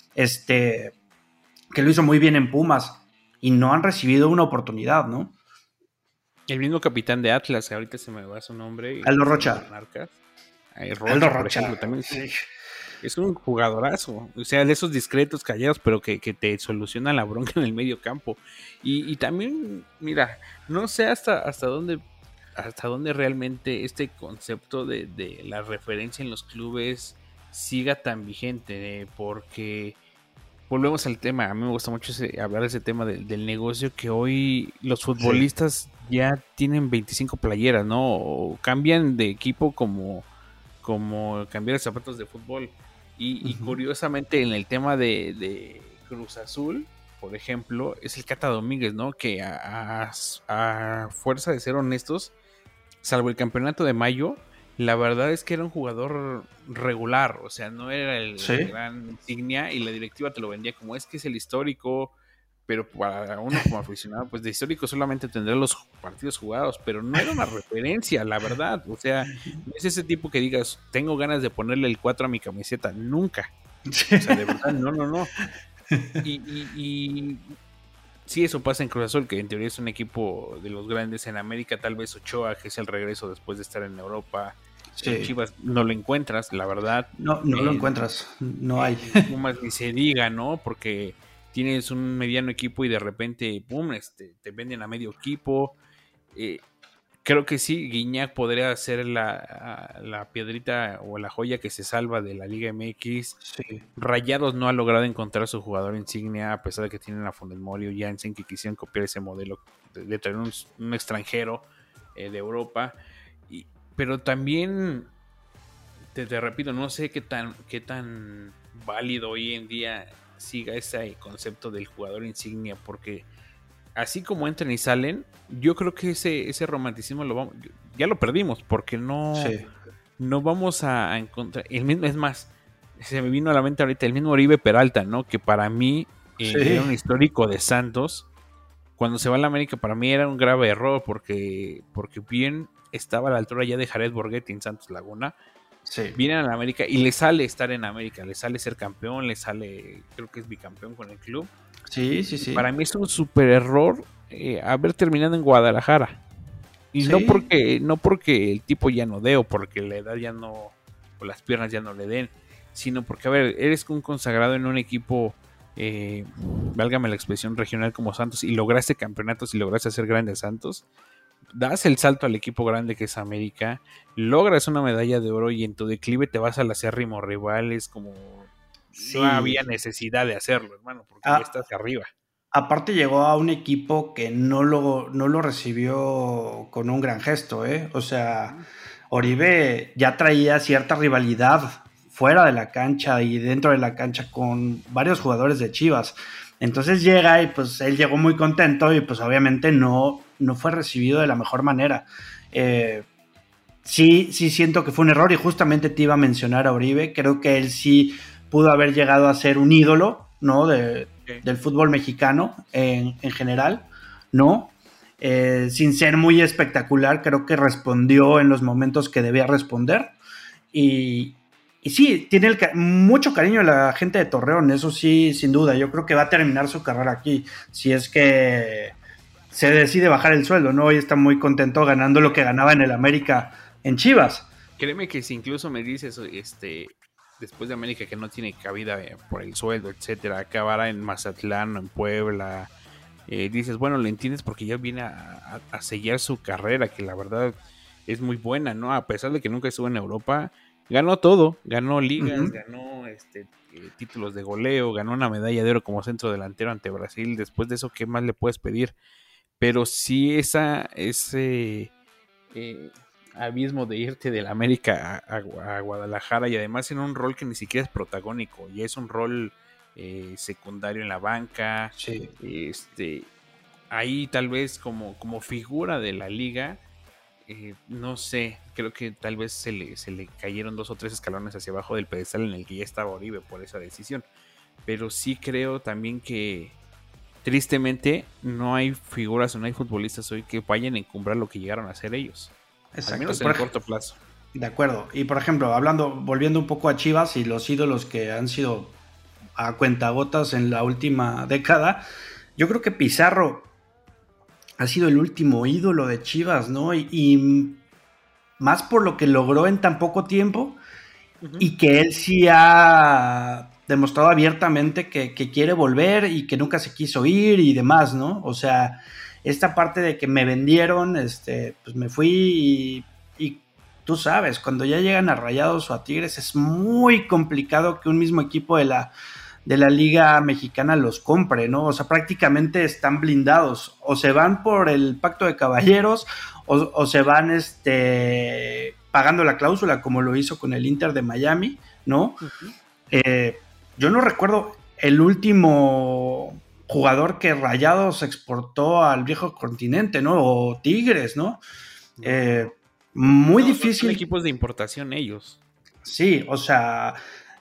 este, que lo hizo muy bien en Pumas, y no han recibido una oportunidad, ¿no? El mismo capitán de Atlas, ahorita se me va su nombre. Aldo Rocha. Rocha. Aldo Rocha. Ejemplo, también. Sí. Es un jugadorazo, o sea, de esos discretos, callados, pero que, que te solucionan la bronca en el medio campo. Y, y también, mira, no sé hasta, hasta dónde hasta dónde realmente este concepto de, de la referencia en los clubes siga tan vigente, eh, porque volvemos al tema. A mí me gusta mucho ese, hablar de ese tema de, del negocio, que hoy los futbolistas sí. ya tienen veinticinco playeras, ¿no? O cambian de equipo como, como cambiar de zapatos de fútbol. Y, uh-huh. y curiosamente en el tema de, de Cruz Azul, por ejemplo, es el Cata Domínguez, ¿no? Que a, a, a fuerza de ser honestos, salvo el campeonato de mayo, la verdad es que era un jugador regular, o sea, no era el, ¿sí? el gran insignia, y la directiva te lo vendía como es que es el histórico, pero para uno como aficionado, pues de histórico solamente tendrá los partidos jugados, pero no era una referencia, la verdad, o sea, no es ese tipo que digas, tengo ganas de ponerle el cuatro a mi camiseta, nunca, o sea, de verdad, no, no, no, y, y, y sí, eso pasa en Cruz Azul, que en teoría es un equipo de los grandes en América, tal vez Ochoa, que es el regreso después de estar en Europa. Sí. En Chivas no lo encuentras, la verdad. No, no eh, lo encuentras, no hay. Pumas ni se diga, ¿no? Porque tienes un mediano equipo y de repente, pum, este, te venden a medio equipo. Eh, creo que sí, Guiñac podría ser la, la piedrita o la joya que se salva de la Liga M X. Sí. Rayados no ha logrado encontrar su jugador insignia, a pesar de que tienen a Funes Mori o Jansen, que quisieron copiar ese modelo de, de traer un, un extranjero eh, de Europa. Y, pero también, te, te repito, no sé qué tan, qué tan válido hoy en día siga ese concepto del jugador insignia, porque así como entran y salen, yo creo que ese, ese romanticismo lo vamos, ya lo perdimos, porque no, sí. no vamos a, a encontrar, el mismo, es más, se me vino a la mente ahorita el mismo Oribe Peralta, ¿no? Que para mí eh, sí. era un histórico de Santos. Cuando se va a la América, para mí era un grave error, porque, porque bien estaba a la altura ya de Jared Borghetti en Santos Laguna. Sí. Viene a la América y le sale estar en América, le sale ser campeón, le sale, creo que es bicampeón con el club. Sí, sí, sí. Para mí es un súper error eh, haber terminado en Guadalajara. Y sí. no porque no porque el tipo ya no dé, o porque la edad ya no, o las piernas ya no le den, sino porque, a ver, eres un consagrado en un equipo, eh, válgame la expresión, regional como Santos, y lograste campeonatos y lograste hacer grandes Santos. Das el salto al equipo grande que es América, logras una medalla de oro y en tu declive te vas al acérrimo rival. Es como... Sí. No había necesidad de hacerlo, hermano, porque ah, ya estás arriba. Aparte llegó a un equipo que no lo, no lo recibió con un gran gesto, ¿eh? O sea, Oribe ya traía cierta rivalidad fuera de la cancha y dentro de la cancha con varios jugadores de Chivas. Entonces llega y pues él llegó muy contento y pues obviamente no, no fue recibido de la mejor manera. Eh, sí, sí siento que fue un error y justamente te iba a mencionar a Oribe. Creo que él sí pudo haber llegado a ser un ídolo, ¿no? De, okay. Del fútbol mexicano en, en general, ¿no? Eh, sin ser muy espectacular, creo que respondió en los momentos que debía responder. Y, y sí, tiene el, mucho cariño la gente de Torreón, eso sí, sin duda. Yo creo que va a terminar su carrera aquí, si es que se decide bajar el sueldo, ¿no? Hoy está muy contento ganando lo que ganaba en el América en Chivas. Créeme que si incluso me dices, este... después de América, que no tiene cabida por el sueldo, etcétera, acabará en Mazatlán o en Puebla, eh, dices, bueno, lo entiendes porque ya viene a, a, a sellar su carrera, que la verdad es muy buena, ¿no? A pesar de que nunca estuvo en Europa, ganó todo, ganó ligas, uh-huh. ganó este, eh, títulos de goleo, ganó una medalla de oro como centro delantero ante Brasil. Después de eso, ¿qué más le puedes pedir? Pero sí esa, ese... Eh, abismo de irte de la América a, a, a Guadalajara, y además en un rol que ni siquiera es protagónico, ya es un rol eh, secundario en la banca. Sí. Este, ahí tal vez como, como figura de la liga, eh, no sé, creo que tal vez se le, se le cayeron dos o tres escalones hacia abajo del pedestal en el que ya estaba Oribe por esa decisión. Pero sí creo también que tristemente no hay figuras o no hay futbolistas hoy que vayan a encumbrar lo que llegaron a hacer ellos. Exacto. Al menos en el corto plazo. De acuerdo. Y por ejemplo, hablando, volviendo un poco a Chivas y los ídolos que han sido a cuentagotas en la última década, yo creo que Pizarro ha sido el último ídolo de Chivas, ¿no? Y, y más por lo que logró en tan poco tiempo uh-huh. Y que él sí ha demostrado abiertamente que, que quiere volver y que nunca se quiso ir y demás, ¿no? O sea, esta parte de que me vendieron, este, pues me fui y, y tú sabes, cuando ya llegan a Rayados o a Tigres es muy complicado que un mismo equipo de la, de la Liga Mexicana los compre, ¿no? O sea, prácticamente están blindados, o se van por el pacto de caballeros o, o se van este, pagando la cláusula como lo hizo con el Inter de Miami, ¿no? Uh-huh. Eh, yo no recuerdo el último jugador que Rayados exportó al viejo continente, ¿no? O Tigres, ¿no? no. Eh, muy no, difícil. Son equipos de importación ellos. Sí, o sea,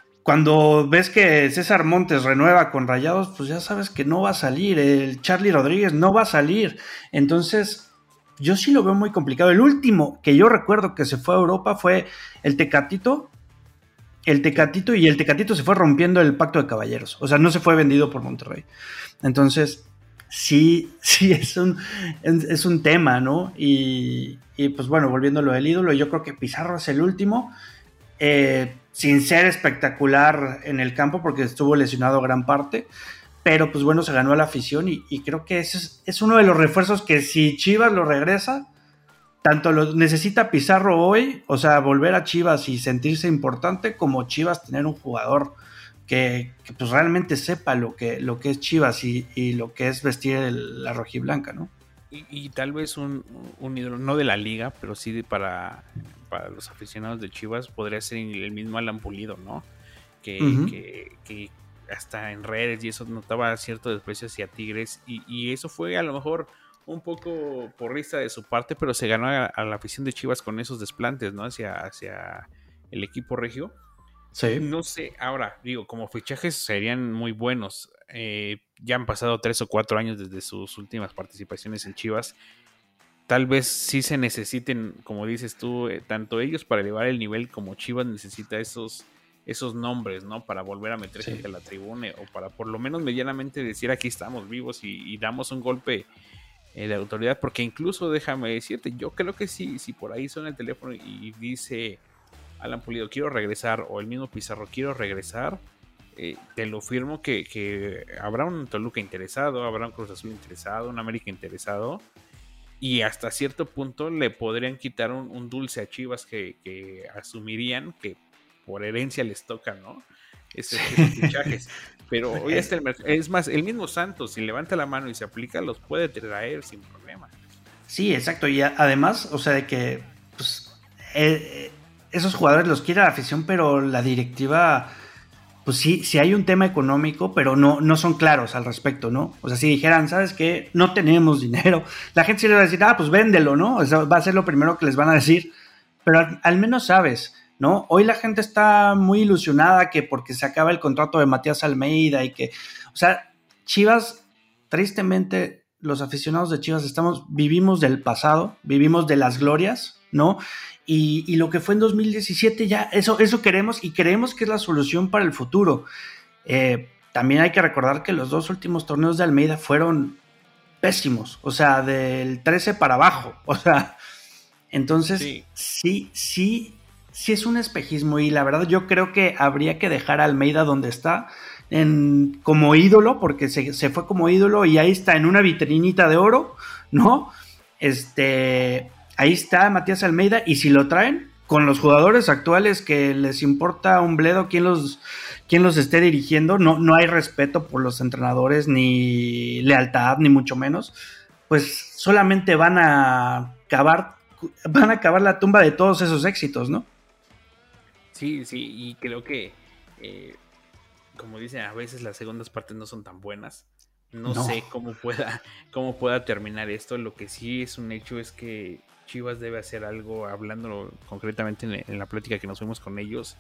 cuando ves que César Montes renueva con Rayados, pues ya sabes que no va a salir. El Charlie Rodríguez no va a salir. Entonces, yo sí lo veo muy complicado. El último que yo recuerdo que se fue a Europa fue el Tecatito. El Tecatito y el Tecatito se fue rompiendo el pacto de caballeros. O sea, no se fue vendido por Monterrey. Entonces, sí, sí es un, es un tema, ¿no? Y, y pues bueno, volviéndolo del ídolo, yo creo que Pizarro es el último. Eh, sin ser espectacular en el campo porque estuvo lesionado gran parte. Pero pues bueno, se ganó la afición y, y creo que ese es, es uno de los refuerzos que si Chivas lo regresa, tanto lo necesita Pizarro hoy, o sea, volver a Chivas y sentirse importante, como Chivas tener un jugador que, que pues realmente sepa lo que, lo que es Chivas y, y lo que es vestir el, la rojiblanca, ¿no? Y, y tal vez un, un ídolo, no de la liga, pero sí de para, para los aficionados de Chivas, podría ser el mismo Alan Pulido, ¿no? Que, uh-huh. que, que hasta en redes y eso notaba cierto desprecio hacia Tigres, y, y eso fue a lo mejor un poco porrista de su parte, pero se ganó a, a la afición de Chivas con esos desplantes, ¿no? Hacia, hacia el equipo regio. Sí. No sé, ahora, digo, como fichajes serían muy buenos. Eh, ya han pasado tres o cuatro años desde sus últimas participaciones en Chivas. Tal vez sí se necesiten, como dices tú, eh, tanto ellos para elevar el nivel como Chivas necesita esos, esos nombres, ¿no? Para volver a meterse ante sí. la tribuna o para por lo menos medianamente decir aquí estamos vivos y, y damos un golpe de autoridad, porque incluso déjame decirte, yo creo que si, si por ahí suena el teléfono y dice Alan Pulido, quiero regresar, o el mismo Pizarro, quiero regresar, eh, te lo firmo que, que habrá un Toluca interesado, habrá un Cruz Azul interesado, un América interesado, y hasta cierto punto le podrían quitar un, un dulce a Chivas que, que asumirían que por herencia les toca, ¿no? Esos, esos fichajes. Pero hoy está el mercado. Es más, el mismo Santos, si levanta la mano y se aplica, los puede traer sin problema. Sí, exacto. Y además, o sea, de que pues, eh, esos jugadores los quiere la afición, pero la directiva, pues sí, sí hay un tema económico, pero no, no son claros al respecto, ¿no? O sea, si dijeran, ¿sabes qué? No tenemos dinero, la gente sí le va a decir, ah, pues véndelo, ¿no? O sea, va a ser lo primero que les van a decir, pero al, al menos sabes, ¿no? Hoy la gente está muy ilusionada que porque se acaba el contrato de Matías Almeida y que, o sea, Chivas, tristemente, los aficionados de Chivas estamos, vivimos del pasado, vivimos de las glorias, ¿no? Y, y lo que fue en dos mil diecisiete ya, eso, eso queremos y creemos que es la solución para el futuro. Eh, también hay que recordar que los dos últimos torneos de Almeida fueron pésimos, o sea, del trece para abajo, o sea, entonces sí, sí, sí sí es un espejismo y la verdad yo creo que habría que dejar a Almeida donde está en, como ídolo, porque se, se fue como ídolo y ahí está en una vitrinita de oro, ¿no? Este, ahí está Matías Almeida y si lo traen con los jugadores actuales que les importa un bledo quién los, quién los esté dirigiendo, no, no hay respeto por los entrenadores ni lealtad ni mucho menos, pues solamente van a cavar, van a cavar la tumba de todos esos éxitos, ¿no? Sí, sí, y creo que, eh, como dicen, a veces las segundas partes no son tan buenas. No, no sé cómo pueda, cómo pueda terminar esto. Lo que sí es un hecho es que Chivas debe hacer algo, hablando concretamente en, en la plática que nos fuimos con ellos,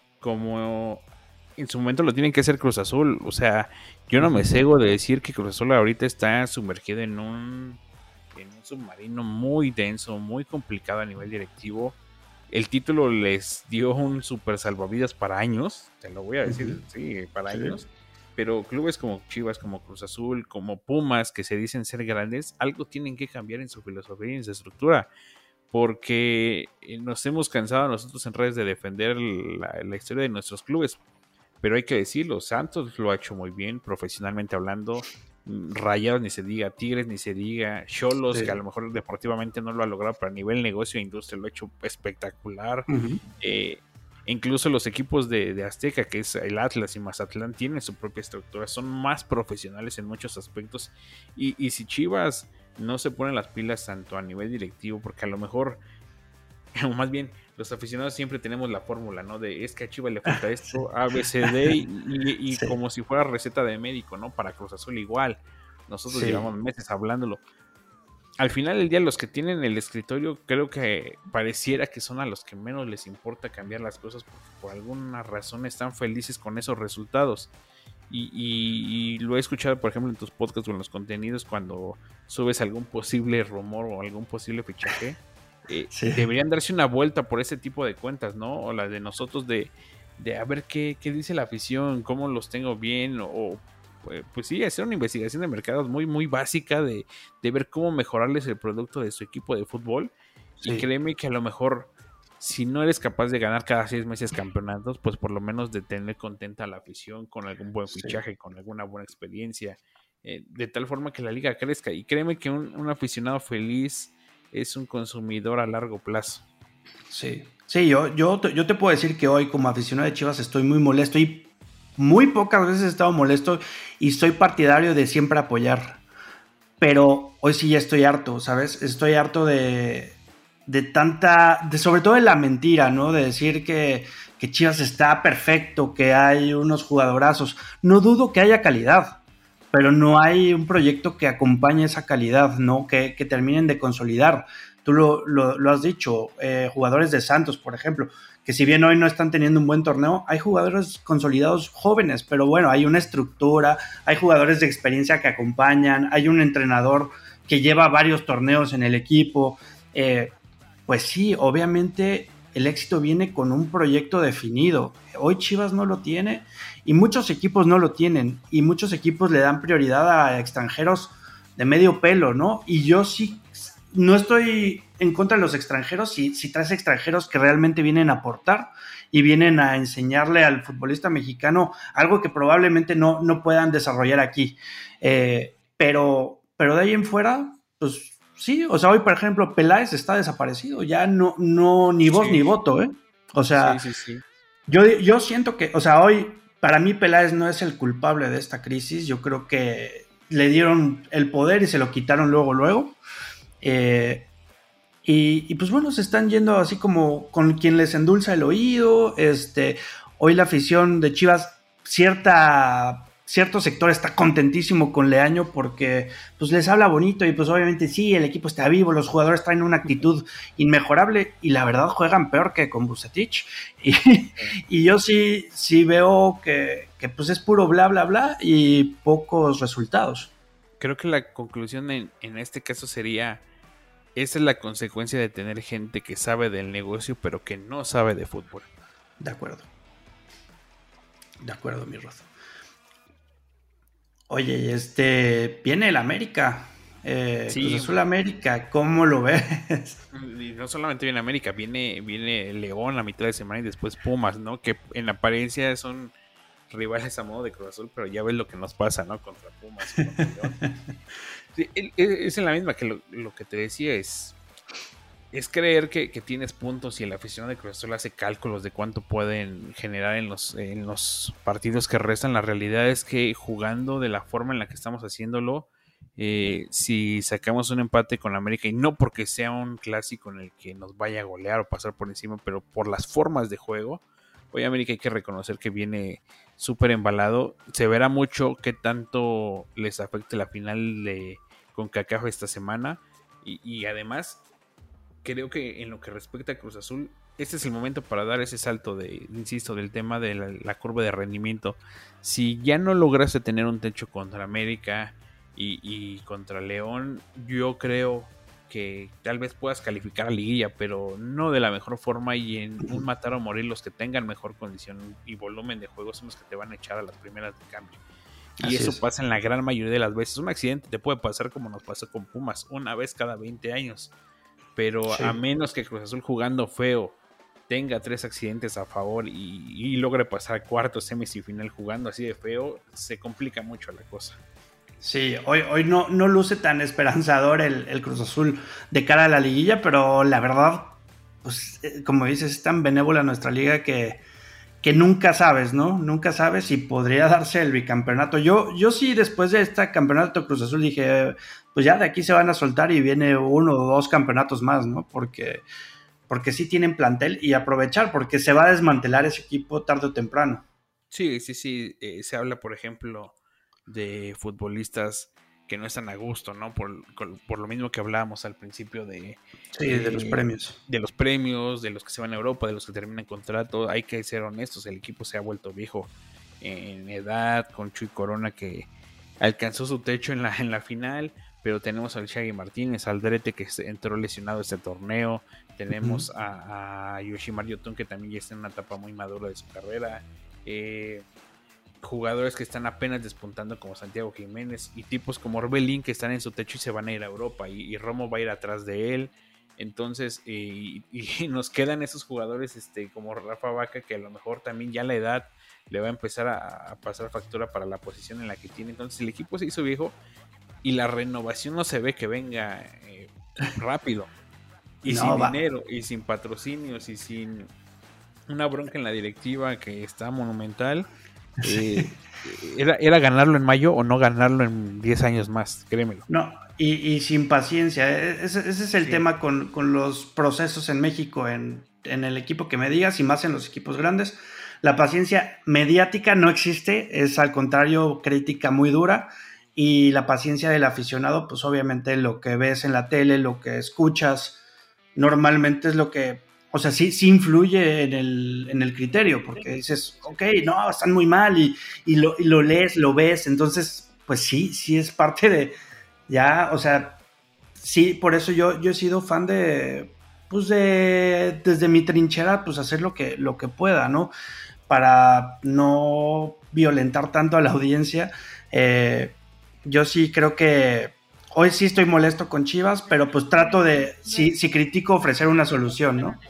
como en su momento lo tienen que hacer Cruz Azul. O sea, yo no me cego de decir que Cruz Azul ahorita está sumergido en un, en un submarino muy denso, muy complicado a nivel directivo. El título les dio un super salvavidas para años, te lo voy a decir, uh-huh. sí, para sí. años. Pero clubes como Chivas, como Cruz Azul, como Pumas, que se dicen ser grandes, algo tienen que cambiar en su filosofía y en su estructura. porque nos hemos cansado nosotros en redes de defender la, la historia de nuestros clubes, pero hay que decirlo, Santos lo ha hecho muy bien, profesionalmente hablando, Rayados ni se diga, Tigres ni se diga, Xolos, sí, que a lo mejor deportivamente no lo ha logrado, pero a nivel negocio e industria lo ha hecho espectacular. Uh-huh. eh, incluso los equipos de, de Azteca, que es el Atlas y Mazatlán, tienen su propia estructura, son más profesionales en muchos aspectos, y, y si Chivas no se ponen las pilas tanto a nivel directivo, porque a lo mejor, o más bien, los aficionados siempre tenemos la fórmula, ¿no? De es que a Chivas le falta esto, A, B, C, D, y, y, y sí, como si fuera receta de médico, ¿no? Para Cruz Azul igual. Nosotros sí, llevamos meses hablándolo. Al final del día, los que tienen el escritorio, creo que pareciera que son a los que menos les importa cambiar las cosas, porque por alguna razón están felices con esos resultados. Y, y, y lo he escuchado, por ejemplo, en tus podcasts o en los contenidos, cuando subes algún posible rumor o algún posible fichaje. Eh, sí. Deberían darse una vuelta por ese tipo de cuentas, ¿no? O las de nosotros de, de a ver qué, qué dice la afición, cómo los tengo bien, o pues, pues sí, hacer una investigación de mercados muy, muy básica de, de ver cómo mejorarles el producto de su equipo de fútbol. Sí. Y créeme que a lo mejor, si no eres capaz de ganar cada seis meses campeonatos, pues por lo menos de tener contenta a la afición con algún buen fichaje, sí, con alguna buena experiencia, eh, de tal forma que la liga crezca. Y créeme que un, un aficionado feliz es un consumidor a largo plazo. Sí, sí, yo, yo, yo te puedo decir que hoy como aficionado de Chivas estoy muy molesto y muy pocas veces he estado molesto y soy partidario de siempre apoyar, pero hoy sí ya estoy harto, ¿sabes? Estoy harto de, de tanta, de sobre todo de la mentira, ¿no? De decir que, que Chivas está perfecto, que hay unos jugadorazos. No dudo que haya calidad, pero no hay un proyecto que acompañe esa calidad, ¿no? Que, que terminen de consolidar. Tú lo, lo, lo has dicho, eh, jugadores de Santos, por ejemplo, que si bien hoy no están teniendo un buen torneo, hay jugadores consolidados jóvenes, pero bueno, hay una estructura, hay jugadores de experiencia que acompañan, hay un entrenador que lleva varios torneos en el equipo. Eh, pues sí, obviamente el éxito viene con un proyecto definido. Hoy Chivas no lo tiene y muchos equipos no lo tienen y muchos equipos le dan prioridad a extranjeros de medio pelo, ¿no? Y yo sí no estoy en contra de los extranjeros si, si traes extranjeros que realmente vienen a aportar y vienen a enseñarle al futbolista mexicano algo que probablemente no, no puedan desarrollar aquí. Eh, pero, pero de ahí en fuera, pues sí, o sea, hoy por ejemplo Peláez está desaparecido, ya no, no ni voz sí. ni voto, ¿eh? O sea, sí, sí, sí. Yo, yo siento que, o sea, hoy para mí Peláez no es el culpable de esta crisis, yo creo que le dieron el poder y se lo quitaron luego, luego. Eh, y, y pues bueno, se están yendo así como con quien les endulza el oído. Este, hoy la afición de Chivas, cierta, cierto sector está contentísimo con Leaño porque pues les habla bonito y pues obviamente sí, el equipo está vivo, los jugadores traen una actitud inmejorable y la verdad juegan peor que con Vucetich. Y, y yo sí, sí veo que, que pues es puro bla bla bla y pocos resultados. Creo que la conclusión en, en este caso sería, esa es la consecuencia de tener gente que sabe del negocio pero que no sabe de fútbol. De acuerdo. De acuerdo, mi Rozo. Oye, este, viene el América, eh, sí. Cruz Azul América, ¿cómo lo ves? Y no solamente viene América, viene, viene León a mitad de semana y después Pumas, ¿no? Que en apariencia son rivales a modo de Cruz Azul, pero ya ves lo que nos pasa, ¿no? Contra Pumas. Contra León. Sí, es en la misma que lo, lo que te decía, es, es creer que, que tienes puntos y el aficionado de Cruz Azul hace cálculos de cuánto pueden generar en los, en los partidos que restan. La realidad es que jugando de la forma en la que estamos haciéndolo, eh, si sacamos un empate con América, y no porque sea un clásico en el que nos vaya a golear o pasar por encima, pero por las formas de juego, hoy América hay que reconocer que viene súper embalado. Se verá mucho qué tanto les afecte la final de CONCACAF esta semana. Y, y además, creo que en lo que respecta a Cruz Azul, este es el momento para dar ese salto de, insisto, del tema de la, la curva de rendimiento. Si ya no lograste tener un techo contra América y, y contra León, yo creo que tal vez puedas calificar a liguilla, pero no de la mejor forma, y en un matar o morir los que tengan mejor condición y volumen de juego son los que te van a echar a las primeras de cambio. Y así eso es. Pasa en la gran mayoría de las veces. Un accidente te puede pasar como nos pasó con Pumas, una vez cada veinte años. pero Sí. a menos que Cruz Azul jugando feo tenga tres accidentes a favor y, y logre pasar cuarto, semis y final jugando así de feo, se complica mucho la cosa. Sí, hoy, hoy no, no luce tan esperanzador el, el Cruz Azul de cara a la liguilla, pero la verdad, pues como dices, es tan benévola nuestra liga que, que nunca sabes, ¿no? Nunca sabes si podría darse el bicampeonato. Yo, yo sí, después de este campeonato de Cruz Azul dije, pues ya de aquí se van a soltar y viene uno o dos campeonatos más, ¿no? Porque, porque sí tienen plantel y aprovechar, porque se va a desmantelar ese equipo tarde o temprano. Sí, sí, sí, eh, se habla, por ejemplo, de futbolistas que no están a gusto, ¿no? Por, por lo mismo que hablábamos al principio de... Sí, eh, de los premios. De los premios, de los que se van a Europa, de los que terminan contrato. Hay que ser honestos, el equipo se ha vuelto viejo en edad, con Chuy Corona que alcanzó su techo en la, en la final, pero tenemos al Shaggy Martínez, al Drete que entró lesionado este torneo, tenemos uh-huh. a, a Yoshimar Yotun que también ya está en una etapa muy madura de su carrera, eh... jugadores que están apenas despuntando como Santiago Jiménez y tipos como Orbelín que están en su techo y se van a ir a Europa y, y Romo va a ir atrás de él. Entonces eh, y, y nos quedan esos jugadores este, como Rafa Vaca que a lo mejor también ya la edad le va a empezar a, a pasar factura para la posición en la que tiene. Entonces el equipo se hizo viejo y la renovación no se ve que venga eh, rápido y no, sin va. dinero y sin patrocinios y sin una bronca en la directiva que está monumental. Eh, era, era ganarlo en mayo o no ganarlo en diez años más, créemelo. No, y, y sin paciencia. Ese, ese es el sí. tema con, con los procesos en México, en, en el equipo que me digas y más en los equipos grandes. La paciencia mediática no existe, es al contrario crítica muy dura, y la paciencia del aficionado, pues obviamente lo que ves en la tele, lo que escuchas, normalmente es lo que... O sea, sí, sí influye en el, en el criterio, porque dices, ok, no, están muy mal, y, y, lo, y lo lees, lo ves, entonces, pues sí, sí es parte de, ya, o sea, sí, por eso yo, yo he sido fan de, pues de, desde mi trinchera, pues hacer lo que, lo que pueda, ¿no? Para no violentar tanto a la audiencia. Eh, yo sí creo que hoy sí estoy molesto con Chivas, pero pues trato de, si, si critico, ofrecer una solución, ¿no?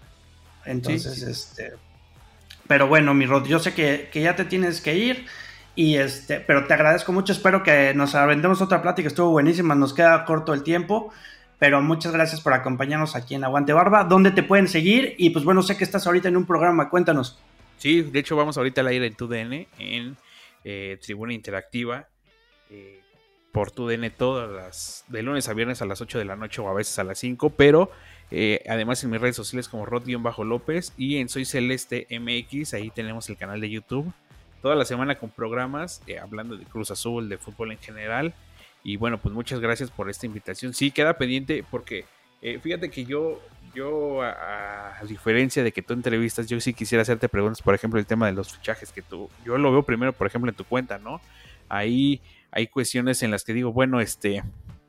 Entonces, sí, sí. este... Pero bueno, mi Rod, yo sé que, que ya te tienes que ir, y este, pero te agradezco mucho, espero que nos aventemos otra plática, estuvo buenísima, nos queda corto el tiempo, pero muchas gracias por acompañarnos aquí en Aguante Barba. ¿Dónde te pueden seguir? Y pues bueno, sé que estás ahorita en un programa, cuéntanos. Sí, de hecho vamos ahorita al aire en TUDN, en eh, Tribuna Interactiva, eh, por TUDN todas las, de lunes a viernes a las ocho de la noche o a veces a las cinco, pero... Eh, además en mis redes sociales como Rod-López y en Soy Celeste M X, ahí tenemos el canal de YouTube, toda la semana con programas eh, hablando de Cruz Azul, de fútbol en general, y bueno, pues muchas gracias por esta invitación. Sí, queda pendiente porque eh, fíjate que yo, yo a, a diferencia de que tú entrevistas, yo sí quisiera hacerte preguntas, por ejemplo, el tema de los fichajes, que tú, yo lo veo primero, por ejemplo, en tu cuenta, ¿no? Ahí hay cuestiones en las que digo, bueno, este...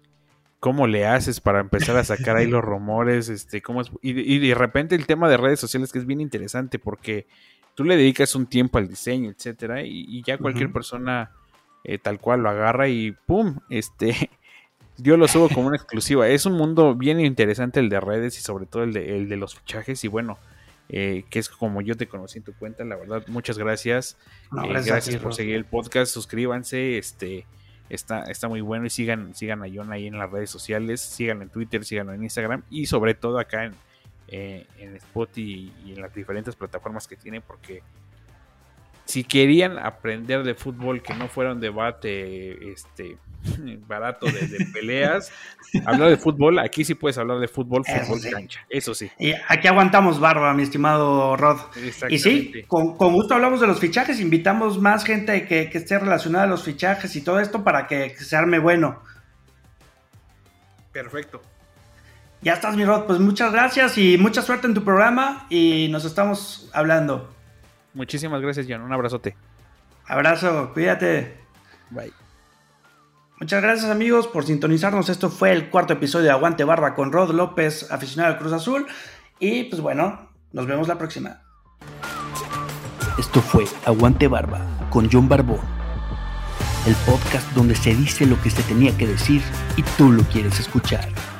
¿cómo le haces para empezar a sacar ahí los rumores? Este, ¿cómo es? Y, y de repente el tema de redes sociales, que es bien interesante porque tú le dedicas un tiempo al diseño, etcétera, y, y ya cualquier uh-huh. persona eh, tal cual lo agarra y ¡pum! Este, yo lo subo como una exclusiva. Es un mundo bien interesante el de redes y sobre todo el de, el de los fichajes y bueno, eh, que es como yo te conocí en tu cuenta, la verdad, muchas gracias. No, gracias, eh, gracias por seguir el podcast, suscríbanse, este... Está, está muy bueno y sigan, sigan a John ahí en las redes sociales, sigan en Twitter, sigan en Instagram y sobre todo acá en, eh, en Spotify y, y en las diferentes plataformas que tiene, porque si querían aprender de fútbol que no fuera un debate este, barato de, de peleas, hablar de fútbol, aquí sí puedes hablar de fútbol, fútbol sí. Cancha, eso sí. Y aquí aguantamos barba, mi estimado Rod. Y sí, con, con gusto hablamos de los fichajes, invitamos más gente que, que esté relacionada a los fichajes y todo esto para que, que se arme bueno. Perfecto. Ya estás, mi Rod, pues muchas gracias y mucha suerte en tu programa y nos estamos hablando. Muchísimas gracias, John. Un abrazote. Abrazo, cuídate. Bye. Muchas gracias, amigos, por sintonizarnos. Esto fue el cuarto episodio de Aguante Barba con Rod López, aficionado al Cruz Azul. Y pues bueno, nos vemos la próxima. Esto fue Aguante Barba con John Barbón, el podcast donde se dice lo que se tenía que decir y tú lo quieres escuchar.